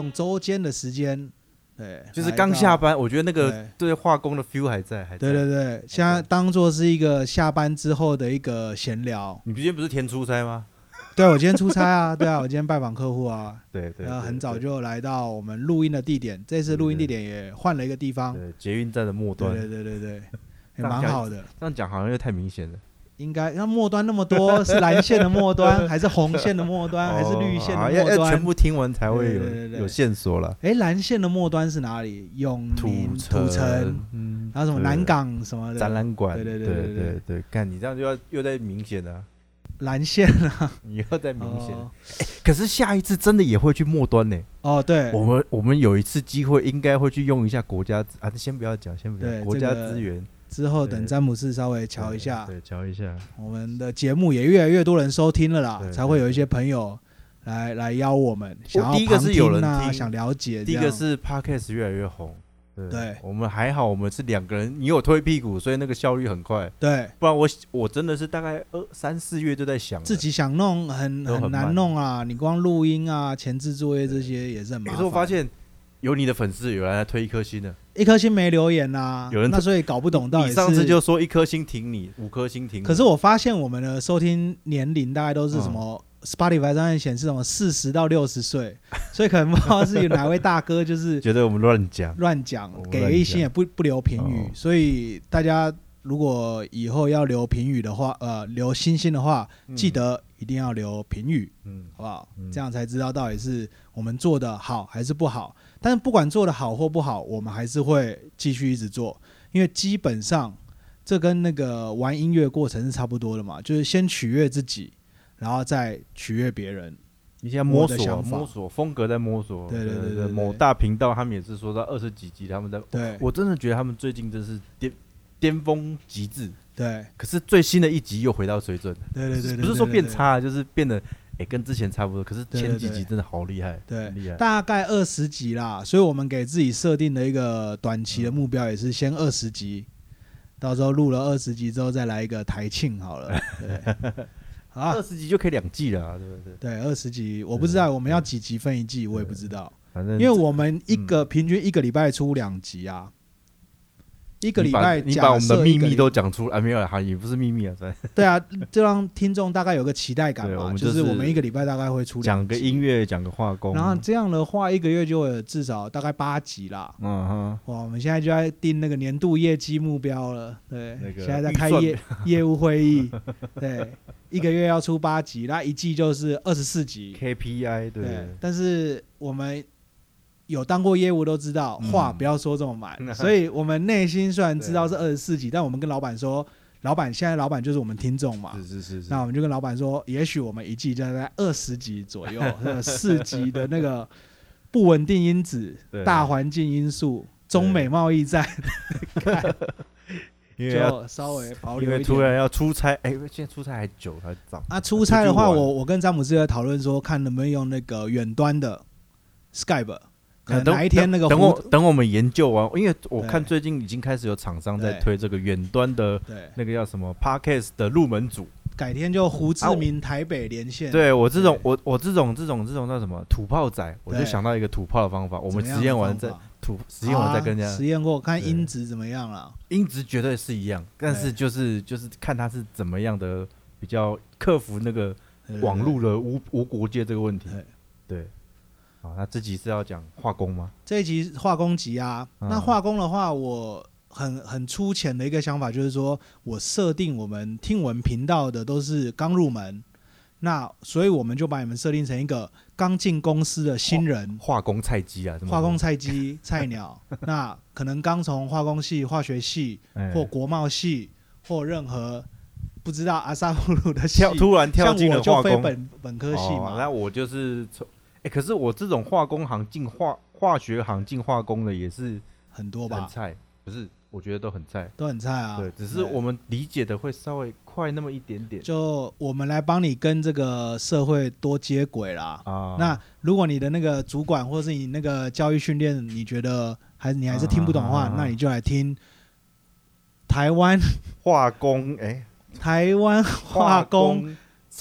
用周间的时间，对， 就是刚下班，我觉得那个对化工的 feel 还在。 对对对，现在当做是一个下班之后的一个闲聊。 你今天不是填出差吗？ 对，我今天出差啊，对啊，我今天拜访客户啊， 对， 很早就来到我们录音的地点，这次录音地点也换了一个地方， 对，捷运站的末端， 对，也蛮好的。 这样讲好像又太明显了。 应该那末端那么多，是蓝线的末端，还是红线的末端，还是绿线的末端？ 要全部听完才会有线索了。 蓝线的末端是哪里？永宁、土城，然后什么南港什么的展览馆。 对， 看你这样就又在明显了。 蓝线啊， 你又在明显。可是下一次真的也会去末端呢。 哦，对， 我们有一次机会应该会去用一下国家先不要讲，国家资源。 之后等詹姆斯稍微瞧一下， 对，瞧一下， 我们的节目也越来越多人收听了啦，才会有一些朋友来邀我们，想要第一个是有人听，想了解。 第一个是 Podcast 越来越红， 对， 我们还好，我们是2个人，你有推屁股，所以那个效率很快。 对， 不然我真的是大概3、4月就在想， 自己想弄很难弄啊，你光录音啊、前置作业这些也是很麻烦。 可是我发现有你的粉丝有人来推1颗星的。 1颗星没留言啊， 有人那所以搞不懂到底是。 你上次就说1颗星挺你，5颗星挺你。 可是我发现我们的收听年龄大概都是什么，Spotify 上面显示什么40到60岁，所以可能不知道是有哪位大哥就是觉得我们乱讲， 给1星也不留评语，所以大家如果以后要留评语的话，留星星的话，记得一定要留评语，好不好？这样才知道到底是我们做的好还是不好。但是不管做的好或不好，我们还是会继续一直做，因为基本上这跟那个玩音乐过程是差不多的嘛，就是先取悦自己，然后再取悦别人。 你现在摸索风格，在摸索。 对， 某大频道他们也是说到20几集，他们在。 对， 我真的觉得他们最近真是巅峰极致。 对， 可是最新的一集又回到水准。 对， 不是说变差，就是变得。跟之前差不多，可是前几集真的好厉害， 对， 厉害， 大概20集啦，所以我们给自己设定的一个短期的目标也是先20集，到时候录了20集之后再来一个台庆好了，对， 好，20集就可以2季了，对不对？ 对，20集我不知道我们要几集分1季，我也不知道， 反正因为我们平均1个礼拜出2集啊。1个礼拜， 你把我们的秘密都讲出来，没有啦，也不是秘密啊， 对啊，就让听众大概有个期待感嘛，就是我们1个礼拜大概会出2集， 讲个音乐，讲个化工， 然后这样的话1个月就有至少大概8集啦。哇，我们现在就在定那个年度业绩目标了，对，现在在开业务会议，对，1个月要出8集，那1季就是24集 KPI， 对， 但是我们有当过业务都知道，话不要说这么满，所以我们内心虽然知道是24集，但我们跟老板说，现在老板就是我们听众嘛， 是， 那我们就跟老板说，也许我们1季就在20集左右，4集的那个不稳定因子、大环境因素、中美贸易战，就稍微保留一点。 因为突然要出差，现在出差还久还早。 出差的话，我跟詹姆斯在讨论说，看能不能用那个远端的 Skype。哪一天那个等我们研究完，因为我看最近已经开始有厂商在推这个远端的那个叫什么 Podcast 的入门组， 改天就胡志明台北连线。 对，我这种叫什么土炮仔，我就想到一个土炮的方法，我们实验完再跟人家实验过，看音质怎么样了。 音质绝对是一样，但是就是看它是怎么样的比较克服那个网络的无国界这个问题。对。那这集是要讲化工吗？ 这一集化工集啊，那化工的话，我很粗浅的一个想法就是说，我设定我们听闻频道的都是刚入门，那所以我们就把你们设定成一个刚进公司的新人， 化工菜鸡啊， 化工菜鸡菜鸟，那可能刚从化工系、化学系或国贸系或任何不知道阿萨布鲁的系， 突然跳进了化工， 像我就非本科系嘛， 那我就是可是我这种化工行进化学行进化工的也是很多吧， 很菜，不是？我觉得都很菜， 都很菜啊。 对，只是我们理解的会稍微快那么一点点。 就我们来帮你跟这个社会多接轨啦。那如果你的那个主管或是你那个教育训练，你觉得你还是听不懂的话，那你就来听台湾化工， 台湾化工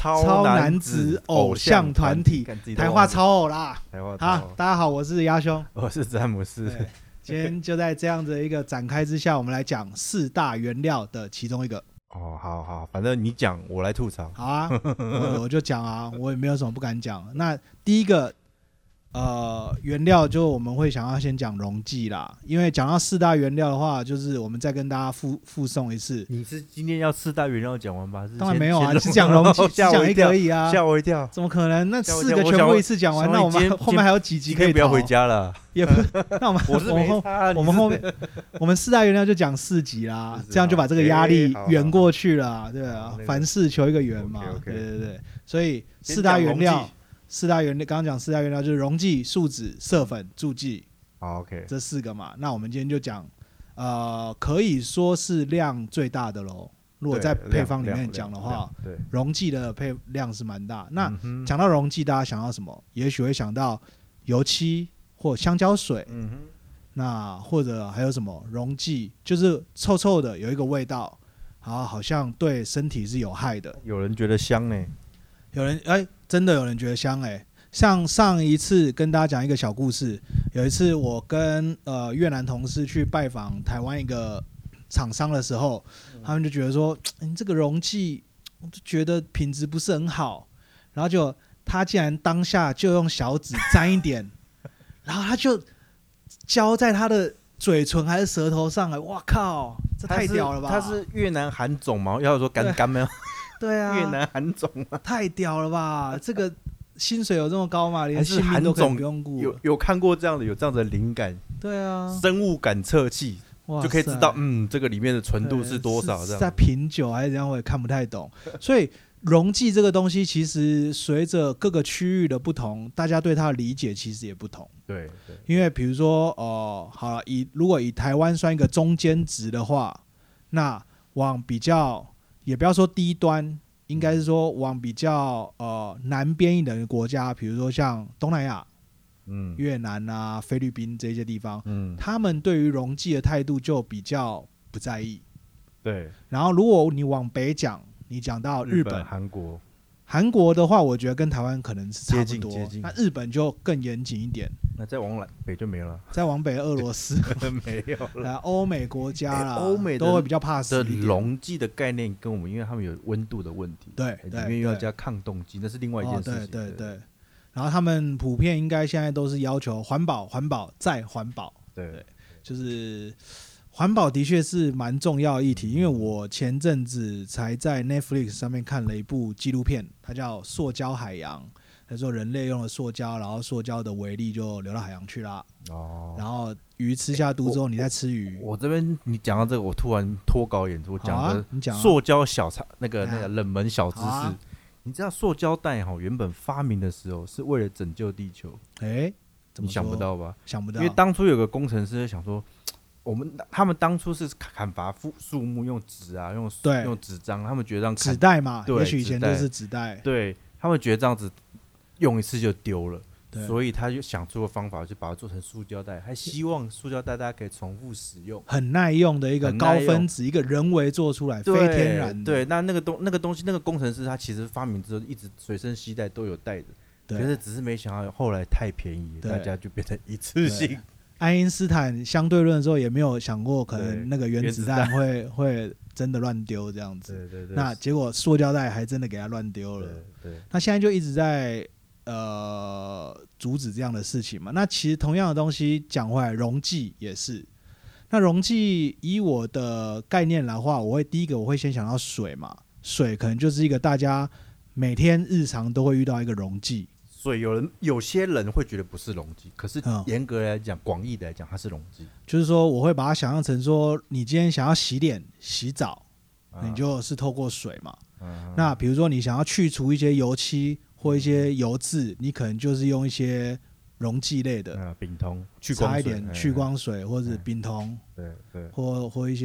超男子偶像团体，台话超偶啦。好，大家好，我是鸭兄， 我是詹姆斯。 今天就在这样的一个展开之下，我们来讲4大原料的其中一个。 好，反正你讲，我来吐槽。 好啊，我就讲啊，我也没有什么不敢讲。那第一个原料就我们会想要先讲溶剂啦，因为讲到4大原料的话，就是我们再跟大家附送一次。 你是今天要4大原料讲完吧？ 当然没有啊，是讲溶剂，只讲一个而已啊， 吓我一跳。 怎么可能？那4个全部一次讲完，那我们后面还有几集可以？ 不要回家了。 也不，那我们后面我们4大原料就讲4集啦，这样就把这个压力圆过去了，对啊，凡事求一个圆嘛，对，所以4大原料。刚刚讲4大原料就是溶剂、树脂、色粉、助剂，这4个嘛。那我们今天就讲，可以说是量最大的咯。如果在配方里面讲的话，溶剂的配量是蛮大。那讲到溶剂，大家想到什么？也许会想到油漆或香蕉水，那或者还有什么溶剂，就是臭臭的，有一个味道，好像对身体是有害的。 有人觉得香呢？ 有人真的有人觉得香像上一次跟大家讲一个小故事，有一次我跟越南同事去拜访台湾一个厂商的时候，他们就觉得说，你这个溶剂，我就觉得品质不是很好，然后就他竟然当下就用小指沾一点，然后他就浇在他的嘴唇还是舌头上，哇靠，这太屌了吧！ 他是越南韩总吗？要说干没有？ 对啊， 越南韩总啊， 太屌了吧！这个薪水有这么高吗？连性命都可以不用顾。 有看过这样的灵感？ 对啊， 生物感测器就可以知道，这个里面的纯度是多少？这样在品酒还是怎样，我也看不太懂。所以溶剂这个东西，其实随着各个区域的不同，大家对它的理解其实也不同。 对， 因为比如说，好了，如果以台湾算一个中间值的话，那往比较。也不要说低端，应该是说往比较南边一点的国家，比如说像东南亚、越南啊、菲律宾这些地方，他们对于溶剂的态度就比较不在意。 对。 然后如果你往北讲，你讲到日本、韩国的话，我觉得跟台湾可能是差不多。 接近。 那日本就更严谨一点。 那再往北就没了。 再往北，俄罗斯没有了。 欧美国家啦， 欧美都会比较怕死一点。 溶剂的概念跟我们，因为他们有温度的问题， 对， 里面又要加抗冻剂，那是另外一件事情。 对。然后他们普遍应该现在都是要求环保再环保。对，就是环保的确是蛮重要的议题。因为我前阵子才在 Netflix 上面看了一部纪录片，它叫《塑胶海洋》。他说人类用了塑胶，然后塑胶的微粒就流到海洋去啦。然后鱼吃下肚之后，你再吃鱼。 我这边你讲到这个，我突然脱稿演出讲的塑胶那个冷门小知识。你知道塑胶袋原本发明的时候是为了拯救地球。你想不到吧？ 想不到。 因为当初有个工程师想说，他们当初是砍伐树木用纸啊，用纸张，他们觉得这样纸袋嘛，也许以前都是纸袋。 对，他们觉得这样子。用一次就丢了，所以他就想出个方法，就把它做成塑胶袋，还希望塑胶袋大家可以重复使用， 很耐用的一个高分子，一个人为做出来，非天然的。 对，那个东西，那个工程师他其实发明之后一直随身携带都有带着，可是只是没想到后来太便宜，大家就变成一次性。 爱因斯坦相对论的时候也没有想过，可能那个原子弹会真的乱丢这样子。对。那结果塑胶袋还真的给他乱丢了。对。那现在就一直在。阻止这样的事情嘛？那其实同样的东西讲回来，溶剂也是。那溶剂以我的概念来的话，第一个我会先想到水嘛，水可能就是一个大家每天日常都会遇到一个溶剂。 水有些人会觉得不是溶剂，可是严格来讲，广义的来讲，它是溶剂。 就是说，我会把它想象成说，你今天想要洗脸、洗澡，你就是透过水嘛。那比如说你想要去除一些油漆或一些油渍，你可能就是用一些溶剂类的， 丙酮、 擦一点去光水或者丙酮， 对， 或一些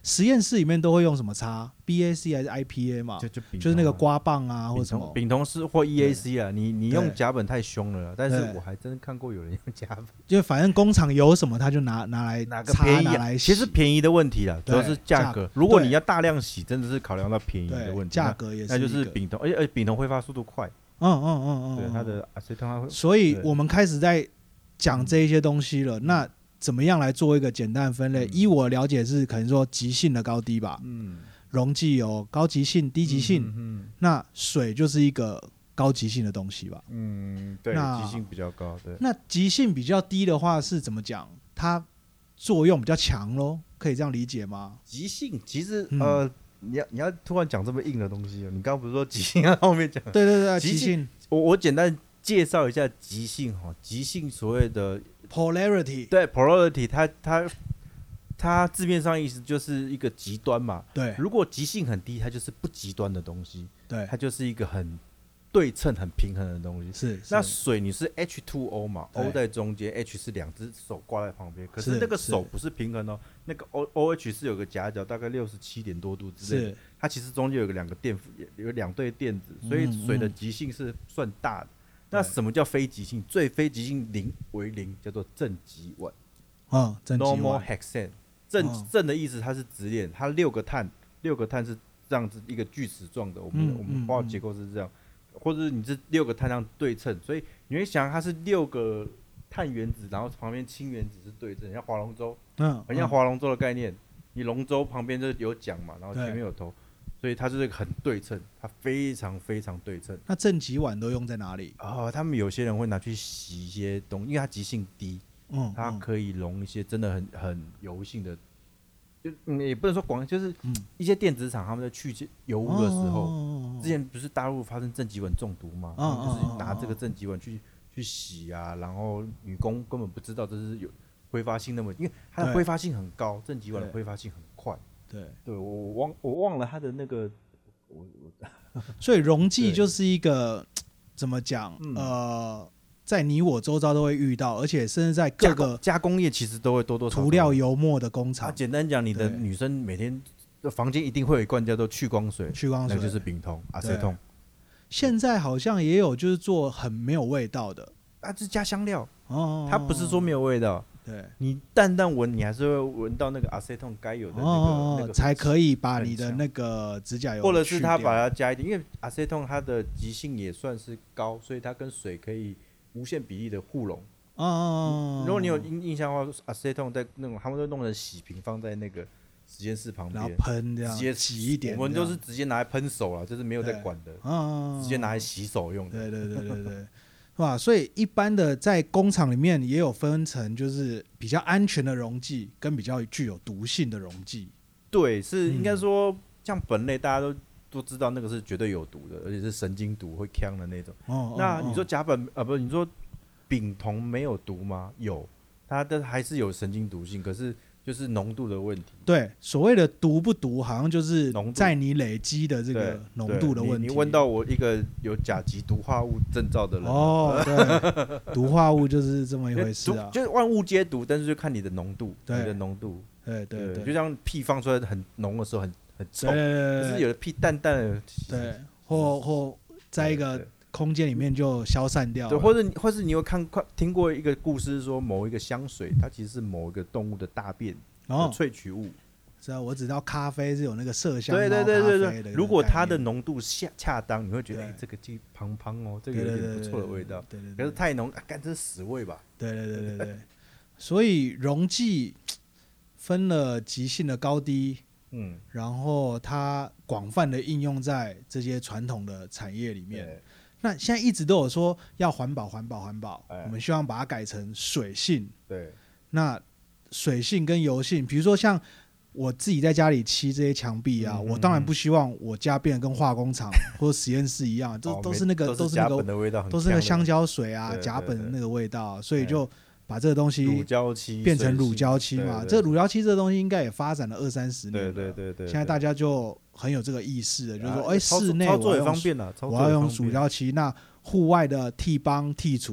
实验室里面都会用什么擦 ？BAC 还是 IPA 嘛？就是那个刮棒啊，或者什么丙酮是或 EAC 啊。你用甲苯太凶了，但是我还真看过有人用甲苯。 就反正工厂有什么他就拿来擦，拿来洗。 其实便宜的问题啦，主要是价格。如果你要大量洗，真的是考量到便宜的问题。 价格也是， 那就是丙酮，而且丙酮挥发速度快。对它的阿塞通， 所以我们开始在讲这一些东西了。那怎么样来做一个简单分类？依我了解是可能说极性的高低吧。溶剂有高极性、低极性。那水就是一个高极性的东西吧。 对，极性比较高。对， 那极性比较低的话是怎么讲？它作用比较强咯，可以这样理解吗？ 极性其实你要突然讲这么硬的东西，你刚刚不是说极性在后面讲？ 对，极性。 我简单介绍一下极性哈，极性所谓的 polarity， 对 polarity， 它字面上意思就是一个极端嘛。 对， 如果极性很低，它就是不极端的东西。 对， 它就是一个很对称、很平衡的东西。 是。 那水你是 H2O 嘛 ，O 在中间 ，H 是两只手挂在旁边，可是那个手不是平衡哦，那个 OH 是有个夹角，大概67点多度之类的，它其实中间有两个电，有两对电子，所以水的极性是算大的。那什么叫非极性？最非极性0为0，叫做正极烷。 正极烷 normal hexane。正的意思它是直链，它6个碳是这样子一个锯齿状的。我们化学结构是这样，或者你是6个碳这样对称，所以你会想它是6个碳原子，然后旁边氢原子是对称，像划龙舟，很像划龙舟的概念。你龙舟旁边就是有桨嘛，然后前面有头，所以它就是很对称，它非常非常对称。 那正极烷都用在哪里？ 他们有些人会拿去洗一些东西，因为它极性低。它可以溶一些真的很油性的，也不能说广，就是一些电子厂他们在去油污的时候，之前不是大陆发生正极烷中毒吗？就是拿这个正极烷去洗啊，然后女工根本不知道这是有挥发性那么，因为它的挥发性很高，正极烷的挥发性很快。对，我忘了它的那个， 所以溶剂就是一个怎么讲？在你我周遭都会遇到，而且甚至在各个加工业其实都会多多少少涂料油墨的工厂。 简单讲，你的女生每天的房间一定会有一罐叫做去光水，那就是丙酮、阿塞通。 现在好像也有就是做很没有味道的， 这是加香料它不是说没有味道。 对， 你淡淡闻，你还是会闻到那个阿塞通该有的那个才可以把你的那个指甲油， 或者是他把它加一点，因为阿塞通它的极性也算是高，所以它跟水可以无限比例的互溶。如果你有印象的话，阿塞通在那种他们都弄成洗瓶放在那个实验室旁边， 然后喷这样， 直接洗一点。 我们都是直接拿来喷手了，就是没有在管的，直接拿来洗手用的。 对，是吧？所以一般的在工厂里面也有分成，就是比较安全的溶剂跟比较具有毒性的溶剂。 对，是应该说像苯类，大家都知道那个是绝对有毒的，而且是神经毒会呛的那种。那你说甲苯不是你说丙酮没有毒吗？有，它的还是有神经毒性，可是就是浓度的问题。 对，所谓的毒不毒，好像就是在你累积的这个浓度的问题。 你问到我一个有甲级毒化物证照的人， 对，毒化物就是这么一回事啊， 就是万物皆毒，但是就看你的浓度， 你的浓度。 对， 就像屁放出来很浓的时候很臭，可是有的屁淡淡的， 对，或在一个空间里面就消散掉了。 对，或是你有听过一个故事，说某一个香水，它其实是某一个动物的大便的萃取物。 我只知道咖啡是有那个麝香猫咖啡的。 对，如果它的浓度恰当，你会觉得这个就胖胖哦，这个有点不错的味道。可是太浓，干这是屎味吧？ 对。所以溶剂分了极性的高低。然后它广泛的应用在这些传统的产业里面。那现在一直都有说要环保，我们希望把它改成水性。 对， 那水性跟油性，比如说像我自己在家里漆这些墙壁啊，我当然不希望我家变得跟化工厂或者实验室一样，都是那个甲苯的味道， 都是那个香蕉水啊，甲苯的那个味道，所以就把这个东西变成乳胶漆嘛。这乳胶漆这个东西应该也发展了20-30年了。对。现在大家就很有这个意识了，就是说，室内操作也方便了， 我要用乳胶漆，那户外的替帮剔除，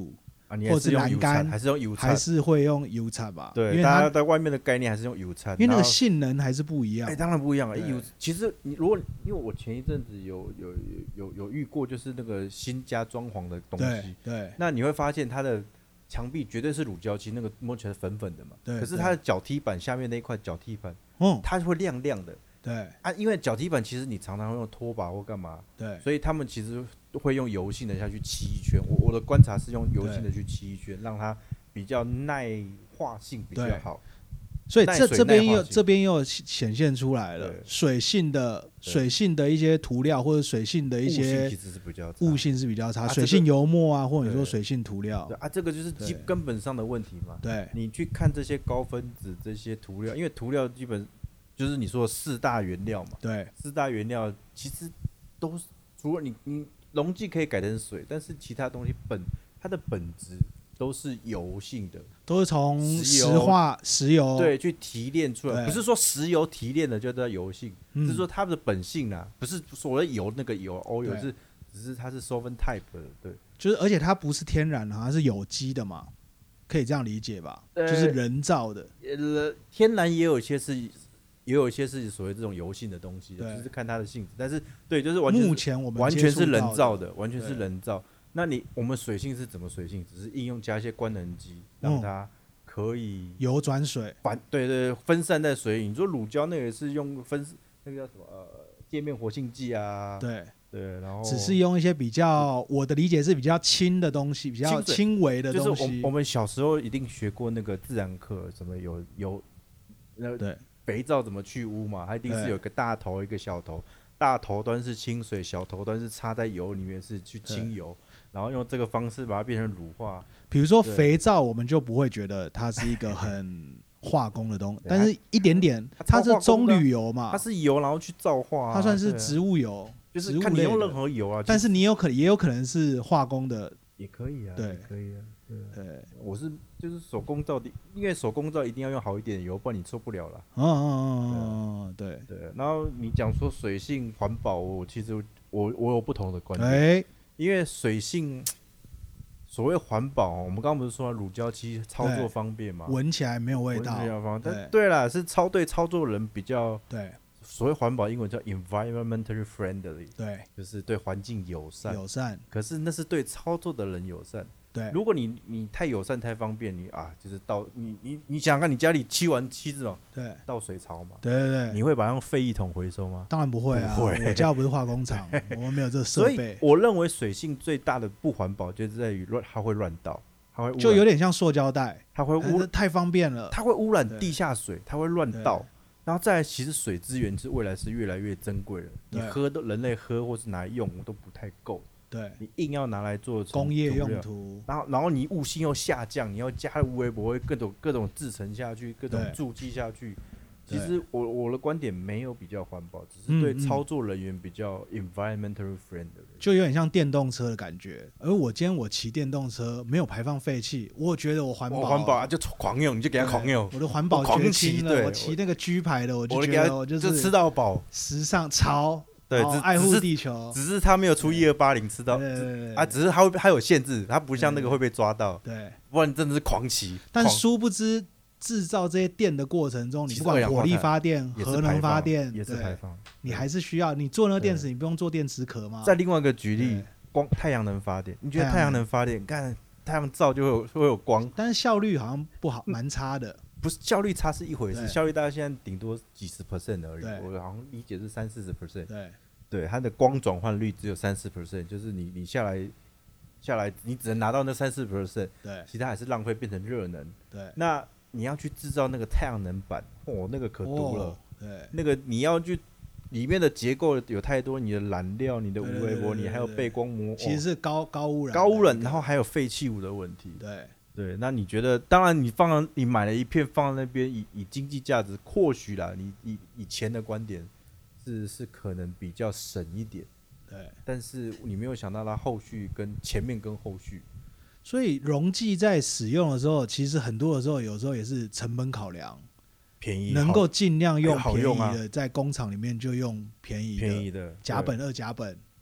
或者栏杆还是用油餐， 还是会用油餐吧？ 对， 因为大家在外面的概念还是用油餐， 因为那个性能还是不一样。 当然不一样。其实如果因为我前一阵子有遇过，就是那个新家装潢的东西， 对， 那你会发现它的墙壁绝对是乳胶漆，那个摸起来粉粉的嘛， 对。 可是它的脚踢板下面那一块脚踢板，它会亮亮的。 对啊，因为脚踢板其实你常常会用拖把或干嘛， 对， 所以他们其实会用油性的下去漆一圈。我的观察是用油性的去漆一圈，让它比较耐化性比较好。 所以这边又显现出来了水性的一些涂料或者水性的一些物性是比较差，水性油墨啊，或者你说水性涂料啊，这个就是根本上的问题嘛。 对， 你去看这些高分子这些涂料，因为涂料基本就是你说的4大原料嘛。 对 ，4大原料其实都是除了你溶剂可以改成水，但是其他东西它的本质都是油性的， 都是从石油对去提炼出来，不是说石油提炼的就叫油性，是说它的本性啦，不是所谓油那个油欧油只是它是 solvent type 的，对， 就是而且它不是天然的，它是有机的嘛，可以这样理解吧？就是人造的， 天然也有一些是所谓这种油性的东西，就是看它的性质，但是对，就是目前我们完全是人造的，完全是人造。那我们水性是怎么水性？只是应用加一些官能机，让它可以油转水， 对，分散在水里。你说乳胶那个也是用那个叫什么界面活性剂啊，对，然后只是用一些比较，我的理解是比较轻的东西，比较轻微的东西。 就是我们小时候一定学过那个自然课，什么有对肥皂怎么去污嘛？它一定是有一个大头一个小头，大头端是清水，小头端是插在油里面是去清油。然后用这个方式把它变成乳化。 比如说肥皂，我们就不会觉得它是一个很化工的东西，但是一点点，它是棕榈油嘛， 它是油，然后去皂化， 它算是植物油， 就是看你用任何油啊。 但是你也有可能是化工的， 也可以啊， 对， 可以啊，对。我是就是手工皂的，因为手工皂一定要用好一点的油，不然你受不了了。 对。 然后你讲说水性环保，其实我有不同的观点。因为水性所谓环保，我们刚刚不是说乳胶漆操作方便吗？ 闻起来没有味道， 对啦，是操作人比较对。 所谓环保英文叫 environmentally friendly， 对， 就是对环境友善。可是那是对操作的人友善。 对， 如果你太友善太方便，就是你想想看，你家里漆完漆这种， 对， 倒水槽嘛， 对， 你会把它用废液桶回收吗？ 当然不会啊，我家不是化工厂，我们没有这个设备。 所以我认为水性最大的不环保就是在于它会乱倒，它会就有点像塑胶袋， 它会太方便了， 它会污染地下水，它会乱倒。然后再来，其实水资源未来是越来越珍贵了，你人类喝或是拿来用都不太够。 对， 你硬要拿来做工业用途， 然后你物性又下降，你要加入微博，各种制成下去，各种注记下去。其实我的观点没有比较环保，只是对操作人员比较 environmentally friendly， 就有点像电动车的感觉。而我骑电动车没有排放废气，我觉得我环保啊，就狂用，你就给他狂用。 我的环保绝情了，我骑那个 G 牌的，我就觉得我就是吃到饱， 时尚潮。 对， 爱护地球， 只是他没有出1280吃到只是他有限制，他不像那个会被抓到， 对， 不然真的是狂骑。 但殊不知制造这些电的过程中，你不管火力发电、核能发电， 也是排放， 你还是需要你做那个电池，你不用做电池壳吗？ 再另外一个举例，太阳能发电，你觉得太阳能发电，看太阳照就会有光， 但是效率好像不好，蛮差的。 不是效率差是一回事，效率大概现在顶多几十 % 而已，我好像理解是30-40%。对，它的光转换率只有30%，就是你下来，你只能拿到那30%， 对， 其他还是浪费变成热能。 对， 那你要去制造那个太阳能板，那个可毒了。 对， 那个你要去里面的结构有太多，你的染料、你的无微波，你还有背光膜， 其实是高污染，然后还有废弃物的问题。对，那你觉得，当然你买了一片放在那边，以经济价值，或许啦，你以钱的观点是可能比较省一点， 对， 但是你没有想到它后续跟前面跟后续， 所以溶剂在使用的时候，其实很多的时候，有时候也是成本考量， 便宜能够尽量用便宜的，在工厂里面就用便宜的甲苯、2甲苯。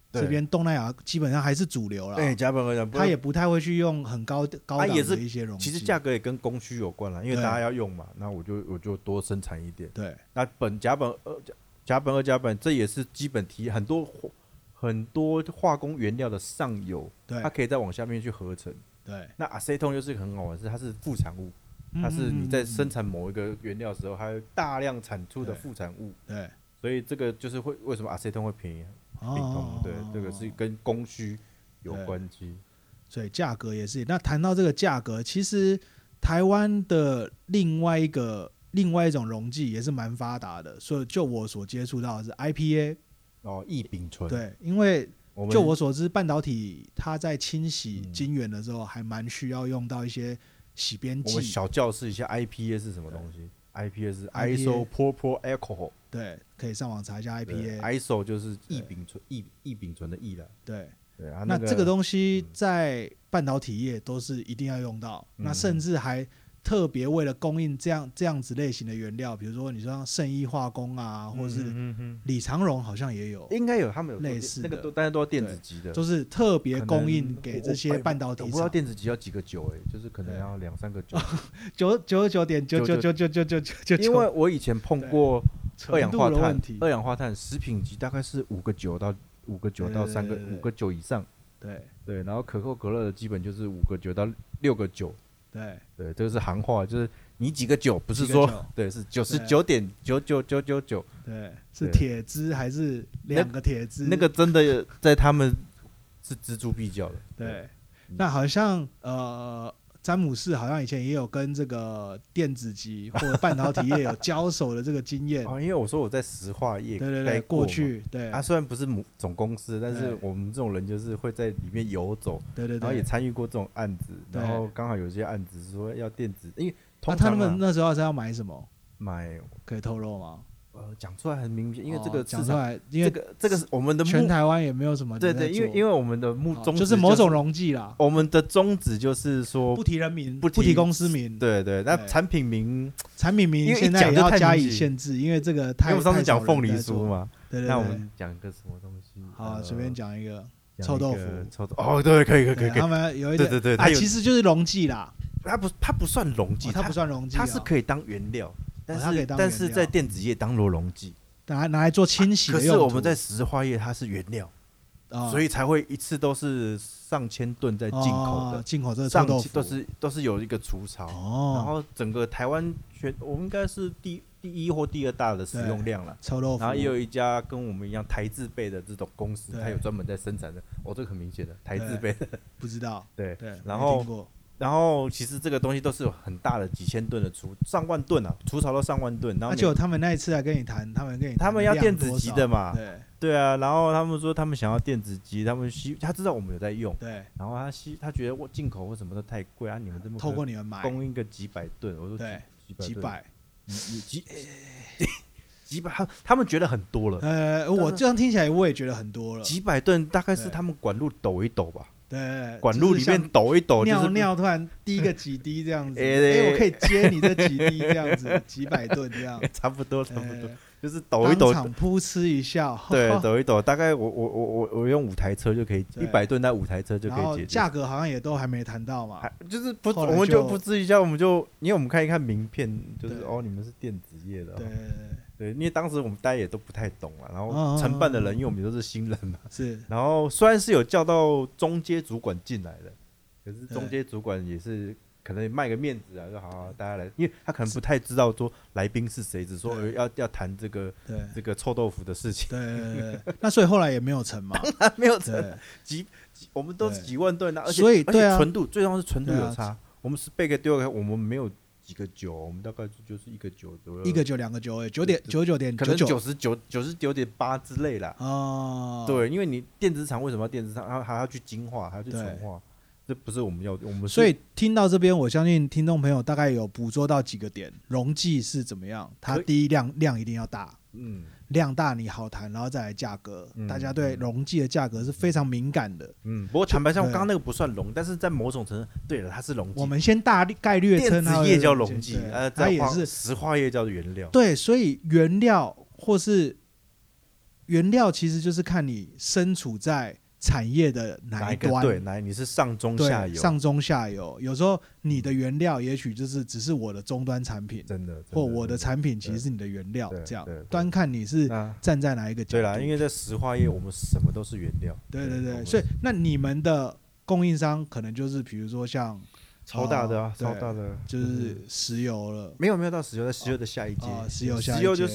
这边东南亚基本上还是主流啦。 甲苯二甲， 它也不太会去用很高档的一些溶剂。 其实价格也跟供需有关啦，因为大家要用嘛，那我就多生产一点。 对， 那甲苯二甲苯这也是基本提很多化工原料的上游，它可以再往下面去合成。 对， 那阿塞通又是很好玩的是，它是副产物。它是你在生产某一个原料的时候，还有大量产出的副产物， 对， 所以这个就是为什么阿塞通会便宜，丙酮，对，这个是跟供需有关系， 所以价格也是。那谈到这个价格，其实台湾的另外一种溶剂也是蛮发达的，所以就我所接触到的是 IPA 异丙醇， 对，因为就我所知，半导体它在清洗晶圆的时候，还蛮需要用到一些洗边剂。 我们小教室一下 IPA 是什么东西 ？IPA 是 isopropyl alcohol， 对，可以上网查一下 IPA。ISO 就是异丙醇的异了。 对对啊， 那这个东西在半导体业都是一定要用到，那甚至还特别为了供应这样子类型的原料，比如说你说像圣益化工啊，或者是李长荣好像也有， 应该有，他们有类似的， 那个大家都要电子级的， 就是特别供应给这些半导体厂。 我不知道电子级要几个酒就是可能要2-3个酒，99.9999999。 因为我以前碰过二氧化碳，食品级大概是5个9到5个9以上。对，然后可口可乐的基本就是5个9到6个9。对，这个是行话，就是你几个9，不是说对，是99.99999。 对，是铁支还是2个铁支？ 那个真的在他们是锱铢必较的。 对，那好像詹姆斯好像以前也有跟这个电子级或者半导体业有交手的这个经验。 因为我说我在石化业对过去对虽然不是总公司，但是我们这种人就是会在里面游走， 对， 然后也参与过这种案子，然后刚好有些案子说要电子，因为他们那时候是要买什么？可以透露吗？ 讲出来很明显，因为这个讲出来，因为这个是我们的全台湾也没有什么。 对，因为我们的宗旨就是某种溶剂啦。 我们的宗旨就是说不提人名，不提公司名。 对，那产品名现在也要加以限制，因为这个太。 因为我们上次讲凤梨酥嘛， 对， 那我们讲一个什么东西？ 好，随便讲一个臭豆腐。 对，可以。 他们有一点， 对， 其实就是溶剂啦。 它不算溶剂， 它不算溶剂， 它是可以当原料，但是在电子业当做溶剂。拿来做清洗的用途。 可是我们在石化业它是原料，所以才会一次都是上千吨在进口的。 进口这个臭豆腐都是有一个除槽，然后整个台湾我们应该是第1或第2大的使用量了。 臭豆腐， 然后也有一家跟我们一样台制备的这种公司，它有专门在生产的。这个很明显的台制备的， 不知道。对， 然后其实这个东西都是有很大的几千吨的上万吨啊，除槽到上万吨。然后就他们那一次来跟你谈，他们要电子级的嘛，对啊。然后他们说他们想要电子级，他知道我们有在用， 对。 然后他觉得我进口或什么都太贵啊，你们这么透过你们买供应个几百吨，我说对， 几百，他们觉得很多了。 我这样听起来我也觉得很多了， 几百吨大概是他们管路抖一抖吧。 对， 管路里面抖一抖， 尿突然滴个几滴这样子，我可以接你这几滴这样子，几百吨这样， 差不多，就是抖一抖， 当场噗嗤一笑， 对，抖一抖，大概我用5台车就可以，100吨那5台车就可以解决。 价格好像也都还没谈到嘛， 就是我们就不至于一下，因为我们看一看名片，就是你们是电子业的，对，因为当时我们大家也都不太懂啊，然后承办的人，因为我们都是新人嘛， 是， 然后虽然是有叫到中阶主管进来的，可是中阶主管也是可能卖个面子啊，就好大家来，因为他可能不太知道说来宾是谁，只说要谈这个臭豆腐的事情， 对，那所以后来也没有成嘛， 当然没有成，我们都是几万吨，而且纯度最重要是纯度有差，我们spec丢给我们没有。几个9，我们大概就是1个9左右，1 个9、2个9，99.99， 可能99.8之类啦。对，因为你电子厂为什么要电子厂？还要去精化，还要去纯化，这不是我们要。 所以听到这边，我相信听众朋友大概有捕捉到几个点，溶剂是怎么样？它第一量一定要大，量大你好谈，然后再来价格。大家对溶剂的价格是非常敏感的。 不过坦白讲，我刚刚那个不算溶，但是在某种程度，对了，它是溶剂。 我们先大概略称它电子业叫溶剂， 它也是石化业叫原料。 对，所以原料或是原料其实就是看你身处在产业的哪一端， 对，你是上中下游， 上中下游。有时候你的原料也许就是只是我的终端产品， 真的或我的产品其实是你的原料，这样对端看你是站在哪一个角度。 对啦，因为在石化业我们什么都是原料。 对，所以那你们的供应商可能就是比如说像超大的超大的， 就是石油了。 没有到石油，在石油的下一阶。石油就是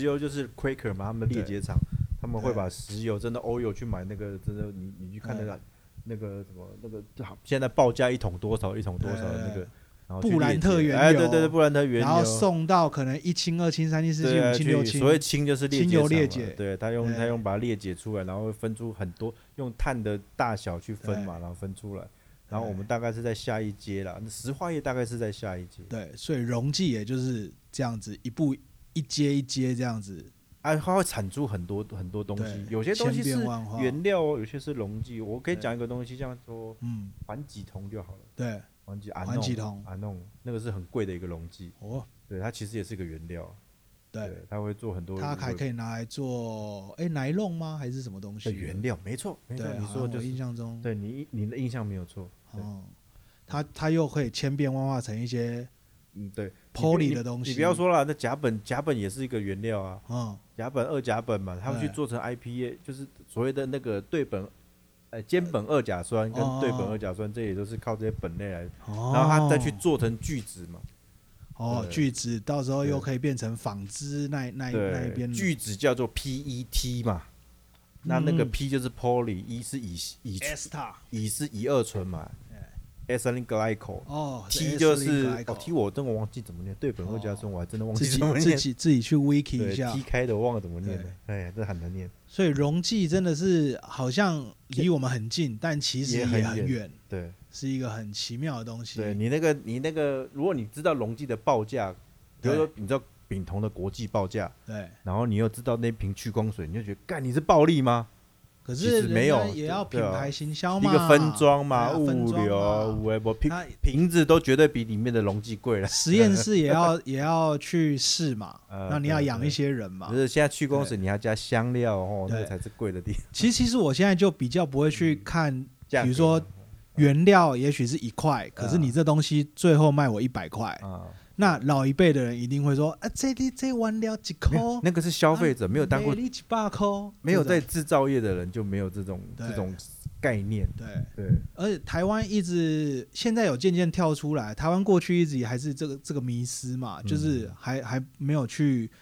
Quaker 嘛，他们的裂解厂。他们会把石油真的 oil 去买那个真的你去看那个什么那个现在报价一桶多少的那个，然后布兰特原油， 对，布兰特原油， 然后送到可能1氢、2氢、3氢、4氢、5氢、6氢， 所谓氢就是氢油裂解， 对，他用把它裂解出来，然后分出很多，用碳的大小去分嘛，然后分出来，然后我们大概是在下一阶啦，石化业大概是在下一阶， 对，所以溶剂也就是这样子一阶一阶这样子。 它会产出很多东西，有些东西是原料哦，有些是溶剂。我可以讲一个东西，像说环己酮就好了。 对， 环己酮， 那个是很贵的一个溶剂。哦，对，它其实也是一个原料。对，它会做很多。 它还可以拿来做奶酪吗？还是什么东西？ 原料，没错。你说就是印象中， 对你的印象没有错。 哦，它又可以千变万化成一些对。 poly 的东西， 你不要说了，那甲苯也是一个原料啊。甲苯、二甲苯嘛，他们去做成 IPA，就是所谓的那个对苯，间苯二甲酸跟对苯二甲酸，这也都是靠这些苯类来，然后它再去做成聚酯嘛。 聚酯到时候又可以变成纺织那一边。 聚酯叫做 PET 嘛，那个 P 就是 poly， E 是乙是乙二醇嘛。ethylene glycol，T 就是T 我真的忘记怎么念，对苯二甲酸我还真的忘记怎么念， 自己去 wiki 一下 ，T 开的我忘了怎么念了，哎，这很难念。 所以溶剂真的是好像离我们很近，但其实也很远， 对， 是一个很奇妙的东西。 对你那个，如果你知道溶剂的报价，比如说你知道丙酮的国际报价， 对， 然后你又知道那瓶去光水，你就觉得干你是暴利吗？ 可是没有，也要品牌行销嘛， 一个分装嘛，物流、瓶子都绝对比里面的溶剂贵了。 实验室也要去试嘛，那你要养一些人嘛。 就是现在去光水你要加香料哦，那个才是贵的地方。 其实我现在就比较不会去看，比如说原料也许是1块，可是你这东西最后卖我100块。那老一辈的人一定会说这原料1块， 那个是消费者，没有当过 100块， 没有在制造业的人就没有这种概念。对， 而且台湾一直现在有渐渐跳出来，台湾过去一直也还是这个迷思嘛，就是还没有去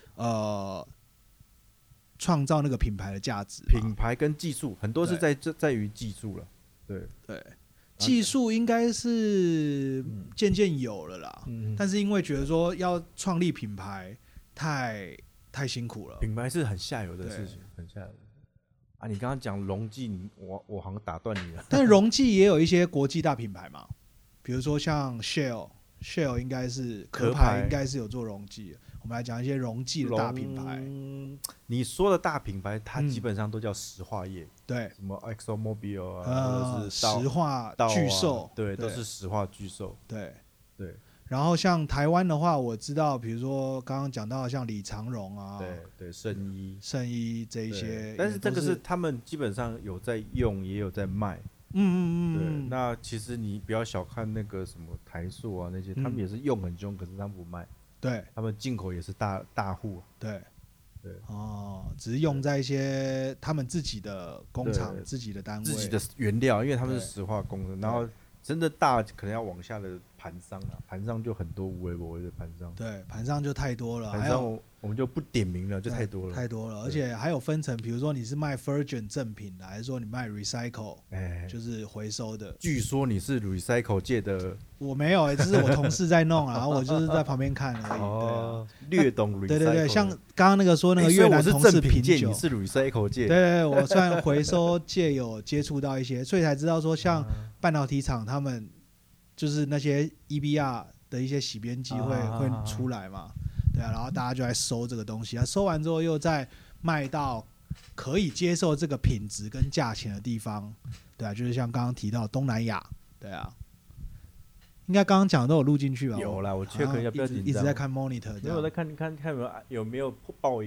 创造那个品牌的价值。 品牌跟技术很多是在于技术了。 对。技术应该是渐渐有了啦，但是因为觉得说要创立品牌太辛苦了， 品牌是很下游的事情，很下游的。你刚刚讲溶剂，我好像打断你了。 但是溶剂也有一些国际大品牌嘛，比如说像 Shell 应该是壳牌应该是有做溶剂的。我们来讲一些溶剂的大品牌。 你说的大品牌，它基本上都叫石化业， 对， 什么 ExxonMobil 啊，或者是石化巨兽， 对，都是石化巨兽。 对。然后像台湾的话，我知道，比如说刚刚讲到像李长荣啊， 对，圣衣这一些， 但是这个是他们基本上有在用，也有在卖。对，那其实你不要小看那个什么台塑啊那些，他们也是用很凶，可是他们不卖。 对， 他们进口也是大户。 对，只是用在一些他们自己的工厂、自己的单位、 自己的原料，因为他们是石化工的。然后真的大可能要往下的盘商了，盘商就很多无微不微的盘商。 对，盘商就太多了。 盘商我们就不点名了，就太多了， 而且还有分成，比如说你是卖 Virgin 正品的，还是说你卖 Recycle，就是回收的。 据说你是 Recycle 界的， 我没有这是我同事在弄，然后我就是在旁边看而已。略懂 Recycle。 对，像刚刚那个说那个越南同事品酒， 你是 Recycle 界。 对，我算回收界有接触到一些，所以才知道说像半导体厂他们就是那些 EBR 的一些洗边机会出来嘛。对啊，然后大家就来收这个东西，收完之后又再卖到可以接受这个品质跟价钱的地方，对啊，就是像刚刚提到东南亚，对啊，应该刚刚讲的都有录进去吧？ 有啦，我check一下，不要紧张， 一直在看 monitor， 没有在看有没有爆音啊？对啊，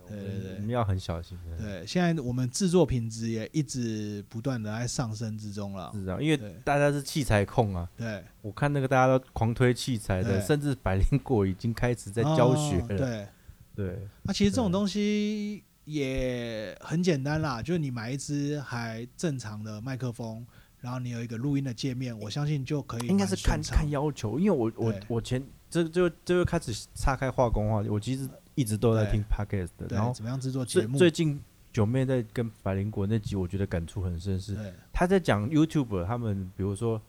我们要很小心。 对，现在我们制作品质也一直不断的在上升之中了。 是啊，因为大家是器材控啊。 对， 我看那个大家都狂推器材的，甚至百灵果已经开始在教学了。对， 那其实这种东西也很简单啦，就是你买一支还正常的麦克风，然后你有一个录音的界面，我相信就可以。 应该是看要求，因为我前这就开始岔开化工话，我其实一直都在听 podcast 的，然后怎么样制作节目。 最近九妹在跟百灵果那集，我觉得感触很深，是他在讲 YouTube 他们，比如说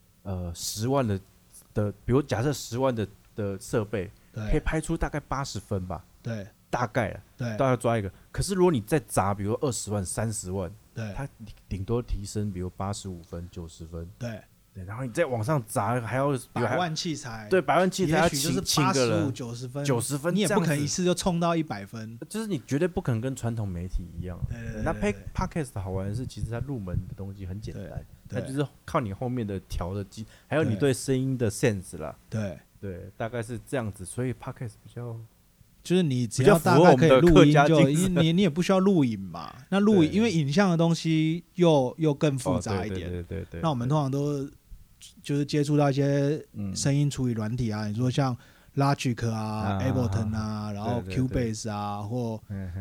10万的，比如假设10万的设备，可以拍出大概80分吧。 对， 大概大概抓一个。可是如果你再砸，比如20万、30万，它顶多提升，比如85分、90分。对，然后你再往上砸，还要 100万器材。 对，100万器材要就是 85、 90分， 你也不可能一次就冲到100分。 就是你绝对不可能跟传统媒体一样。 对。 那 Podcast 好玩的是，其实它入门的东西很简单，它就是靠你后面的调的机，还有你对声音的 sense 啦。对，大概是这样子。所以 Podcast 比较。 就是你只要大概可以录音就，你也不需要录影嘛。那录影因为影像的东西又更复杂一点。对。那我们通常都就是接触到一些声音处理软体啊，你说像 Logic 啊、Ableton 啊，然后 Cubase 啊，或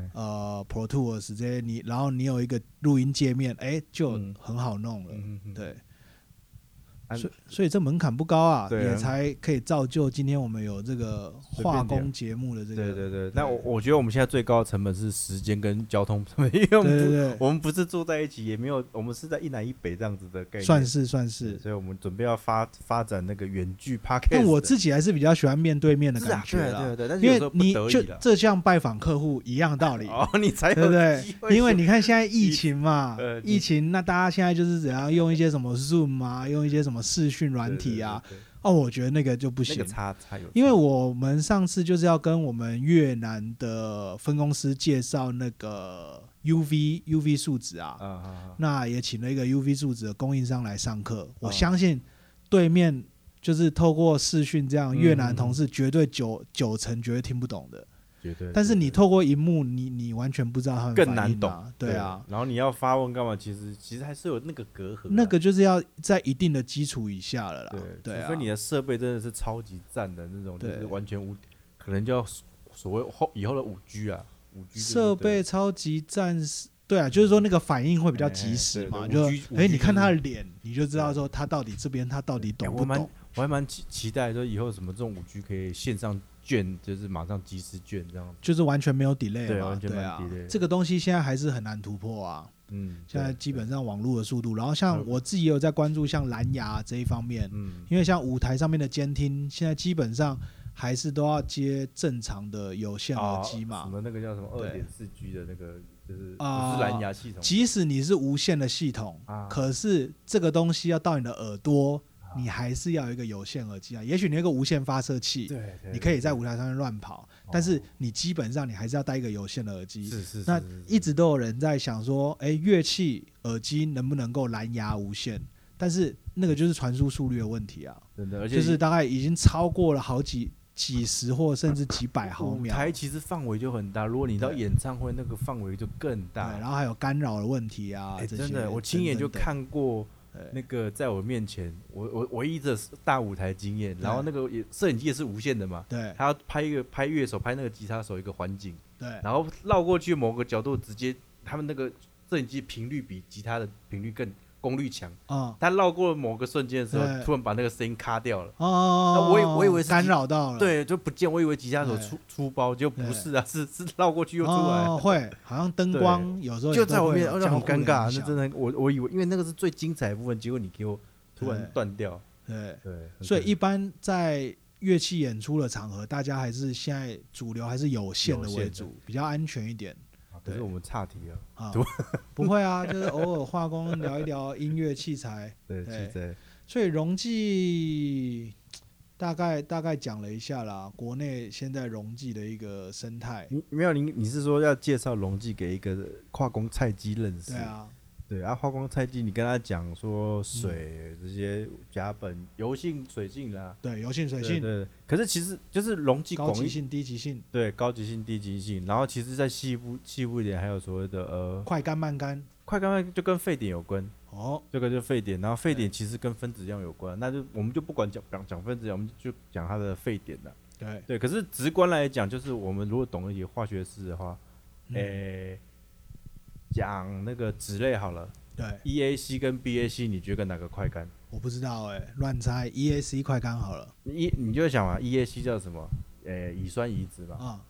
Pro Tools 这些，然后你有一个录音界面，就很好弄了。对。所以这门槛不高啊，也才可以造就今天我们有这个化工节目的这个。 对。那我觉得我们现在最高的成本是时间跟交通成本，因为我们不是住在一起，也没有，我们是在一南一北这样子的概念。算是。所以我们准备要发展那个远距 podcast。 但我自己还是比较喜欢面对面的感觉啦。 对。 因为你就这像拜访客户一样道理。 你才有对不对？因为你看现在疫情嘛，疫情那大家现在就是怎样用一些什么 Zoom 啊，用一些什么视讯软体啊，我觉得那个就不行，那个差有， 因为我们上次就是要跟我们越南的分公司介绍那个 UV 树脂啊，那也请了一个 UV 树脂的供应商来上课，我相信对面就是透过视讯这样，越南同事绝对九成绝对听不懂的。但是你透过荧幕，你完全不知道他们更难懂， 对啊。 然后你要发问干嘛？其实还是有那个隔阂， 那个就是要在一定的基础以下了啦。对， 除非你的设备真的是超级赞的那种，就是完全可能就要所谓以后的5G 啊，5G 设备超级赞，对啊，就是说那个反应会比较及时嘛，就你看他的脸，你就知道说他到底这边他到底懂不懂。 我还蛮期待说以后什么这种5G 可以线上卷，就是马上即时卷这样， 就是完全没有 delay 嘛。 对，完全没有 delay。 这个东西现在还是很难突破啊。现在基本上网络的速度，然后像我自己也有在关注像蓝牙这一方面，因为像舞台上面的监听，现在基本上还是都要接正常的有线耳机嘛。 什么那个叫什么2.4G 的那个，就是不是蓝牙系统。 即使你是无线的系统，可是这个东西要到你的耳朵。你还是要有一个有线耳机啊，也许你有一个无线发射器，你可以在舞台上面乱跑，但是你基本上你还是要带一个有线的耳机。那一直都有人在想说，乐器耳机能不能够蓝牙无线？但是那个就是传输速率的问题啊，真的，而且就是大概已经超过了好几十或甚至几百毫秒。 舞台其实范围就很大，如果你到演唱会，那个范围就更大。 然后还有干扰的问题啊， 真的，我亲眼就看过。那个在我面前，我唯一的大舞台经验，然后那个摄影机也是无线的嘛，对，他要拍乐手，拍那个吉他手一个环境，对，然后绕过去某个角度，直接他们那个摄影机频率比吉他的频率更功率强，他绕过某个瞬间的时候，突然把那个声音卡掉了，我以为是干扰到了， 对，就不见，我以为吉他手出包，就不是啊，是绕过去又出来， 会好像灯光有时候就在我面前，很尴尬，那真的，我以为因为那个是最精彩的部分，结果你给我突然断掉，对， 所以一般在乐器演出的场合，大家还是现在主流还是有线的为主，比较安全一点。 可是我们岔题了， 不会啊，就是偶尔化工聊一聊音乐器材， 对器材。 所以溶剂大概讲了一下啦，国内现在溶剂的一个生态。 没有，你是说要介绍溶剂给一个化工菜鸡认识？ 对啊， 对啊，花光菜鸡，你跟他讲说水这些甲苯、油性、水性啦， 对，油性、水性， 对，可是其实就是溶剂高级性、低级性， 对，高级性、低级性，然后其实再细部一点，还有所谓的快干、慢干， 快干就跟沸点有关。 哦， 这个就沸点，然后沸点其实跟分子量有关，那就我们就不管讲分子量，我们就讲它的沸点了。对，可是直观来讲，就是我们如果懂一些化学式的话，讲那个酯类好了， 对 ，EAC 跟 BAC， 你觉得哪个快干？ 我不知道乱猜 ，EAC 快干好了。 你就会想嘛，EAC 叫什么？乙酸乙酯嘛。 啊。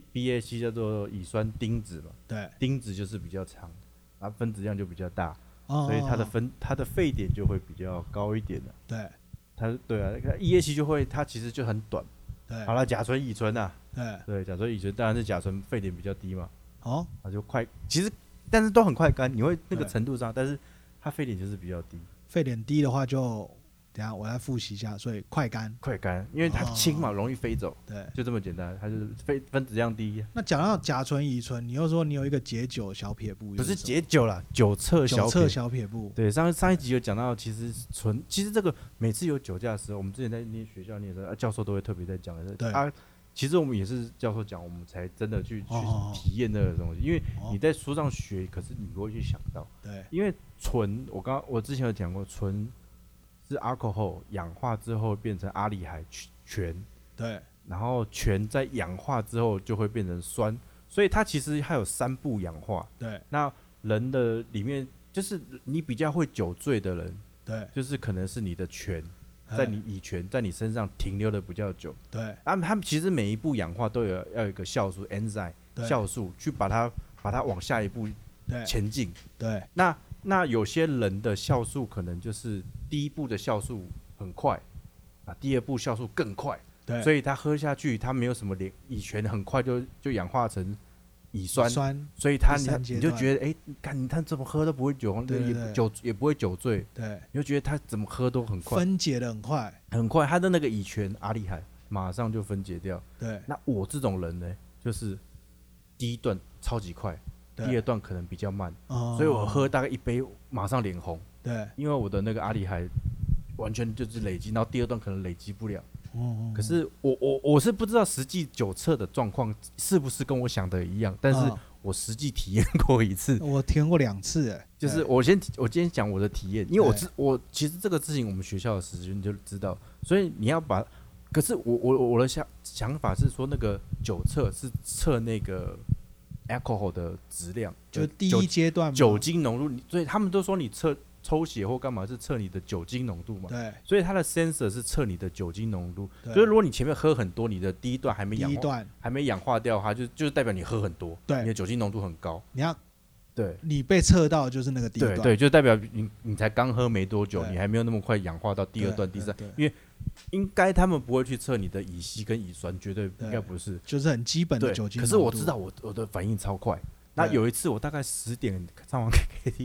BAC 叫做乙酸丁酯嘛。 对。 丁酯就是比较长，然后分子量就比较大。 所以它的沸点就会比较高一点的。 对， 对啊，EAC 就会它其实就很短。 对， 好了，甲醇、乙醇啊。 对， 甲醇、乙醇当然是甲醇沸点比较低嘛。 哦， 那就快，其实但是都很快干，你会那个程度上，但是它沸点就是比较低。 沸点低的话就，等一下我来复习一下，所以快干， 因为它轻嘛，容易飞走。 对， 就这么简单，它就是分子量低。 那讲到甲醇、乙醇，你又说你有一个解酒小撇步， 不是解酒啦，酒测小撇步。 对，上一集有讲到，其实这个每次有酒驾的时候，我们之前在念学校念的时候，教授都会特别在讲的。 对啊，其实我们也是教授讲，我们才真的去体验那个东西，因为你在书上学，可是你不会去想到。 对， 因为醇，我之前有讲过，醇是 alcohol 氧化之后变成阿里海醛。 对。 然后醛在氧化之后就会变成酸，所以它其实还有3步氧化。 对。那人的里面，就是你比较会酒醉的人， 对， 就是可能是你的醛，乙醛在你身上停留的比较久。 对。 他们其实每一步氧化都要有一个酵素 enzyme 酵素去把它往下一步前进。 对。 那有些人的酵素可能就是第一步的酵素很快，第二步酵素更快。所以他喝下去，他没有什么乙醛，很快就氧化成乙酸，所以你就觉得，你看怎么喝都不会也不会酒醉， 对， 你就觉得他怎么喝都很快， 分解的很快， 他的那个乙醛阿里海马上就分解掉。 对， 那我这种人呢，就是第一段超级快，第二段可能比较慢，所以我喝大概1杯马上脸红， 对， 因为我的那个阿里海完全就是累积，然后第二段可能累积不了。可是我是不知道实际酒测的状况是不是跟我想的一样，但是我实际体验过一次， 我体验过2次， 就是我今天讲我的体验，因为我其实这个事情我们学校的时间就知道，所以你要把，可是我的想法是说，那个酒测是测那个 alcohol 的质量， 就第一阶段酒精浓度，所以他们都说你抽血或干嘛是测你的酒精浓度嘛？ 对， 所以它的 sensor 是测你的酒精浓度。就是如果你前面喝很多，你的第一段还没氧化掉，它就是代表你喝很多， 对， 你的酒精浓度很高。 你被测到就是那个第一段， 对，就代表你才刚喝没多久，你还没有那么快氧化到第二段、第三。因为应该他们不会去测你的乙烯跟乙酸，绝对应该不是， 就是很基本的酒精浓度。 可是我知道我的反应超快。那有一次我大概10点上完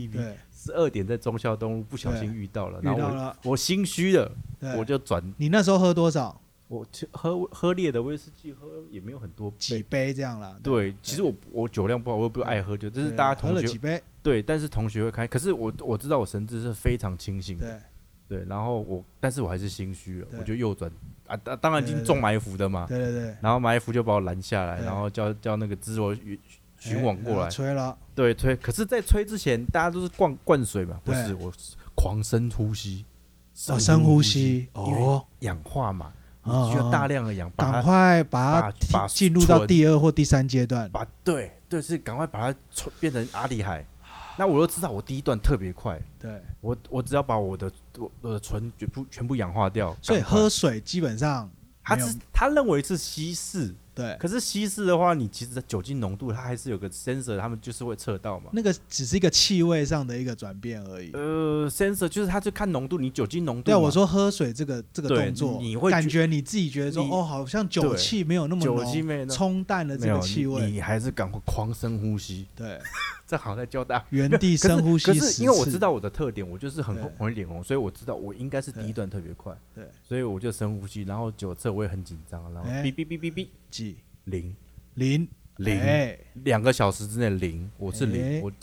KTV。12点在忠孝东路不小心遇到了，然后我心虚了，我就转。 你那时候喝多少？ 我喝烈的威士忌，喝也没有很多几杯这样啦。 对，其实我酒量不好，我又不爱喝酒，但是大家同学喝了几杯， 对，但是同学会开。可是我知道我神志是非常清醒的，对，然后但是我还是心虚了，我就右转啊，当然已经中埋伏的嘛， 对， 然后埋伏就把我拦下来，然后叫那个支我巡网过来吹了， 对，吹。可是，在吹之前，大家都是灌水嘛，不是我狂深呼吸， 深呼吸， 氧化嘛，你需要大量的氧， 赶快把它进入到第2或第3阶段， 对，是赶快把它变成阿里海。那我又知道我第一段特别快， 对， 我只要把我的醇全部氧化掉， 所以喝水基本上他认为是稀释。 对， 可是稀释的话，你其实酒精浓度它还是有个 sensor， 他们就是会测到嘛。 那个只是一个气味上的一个转变而已。 sensor 就是他就看浓度，你酒精浓度。 对啊，我说喝水这个动作， 你会感觉你自己觉得说，好像酒气没有那么浓，冲淡了这个气味。 你还是赶快狂深呼吸。 对， 这好在教大家原地深呼吸10次。 可是因为我知道我的特点，我就是很容易脸红，所以我知道我应该是第一段特别快。 对， 所以我就深呼吸，然后酒测我也很紧张，然后哔哔哔哔哔几 0 0 2个小时之内0，我是0，我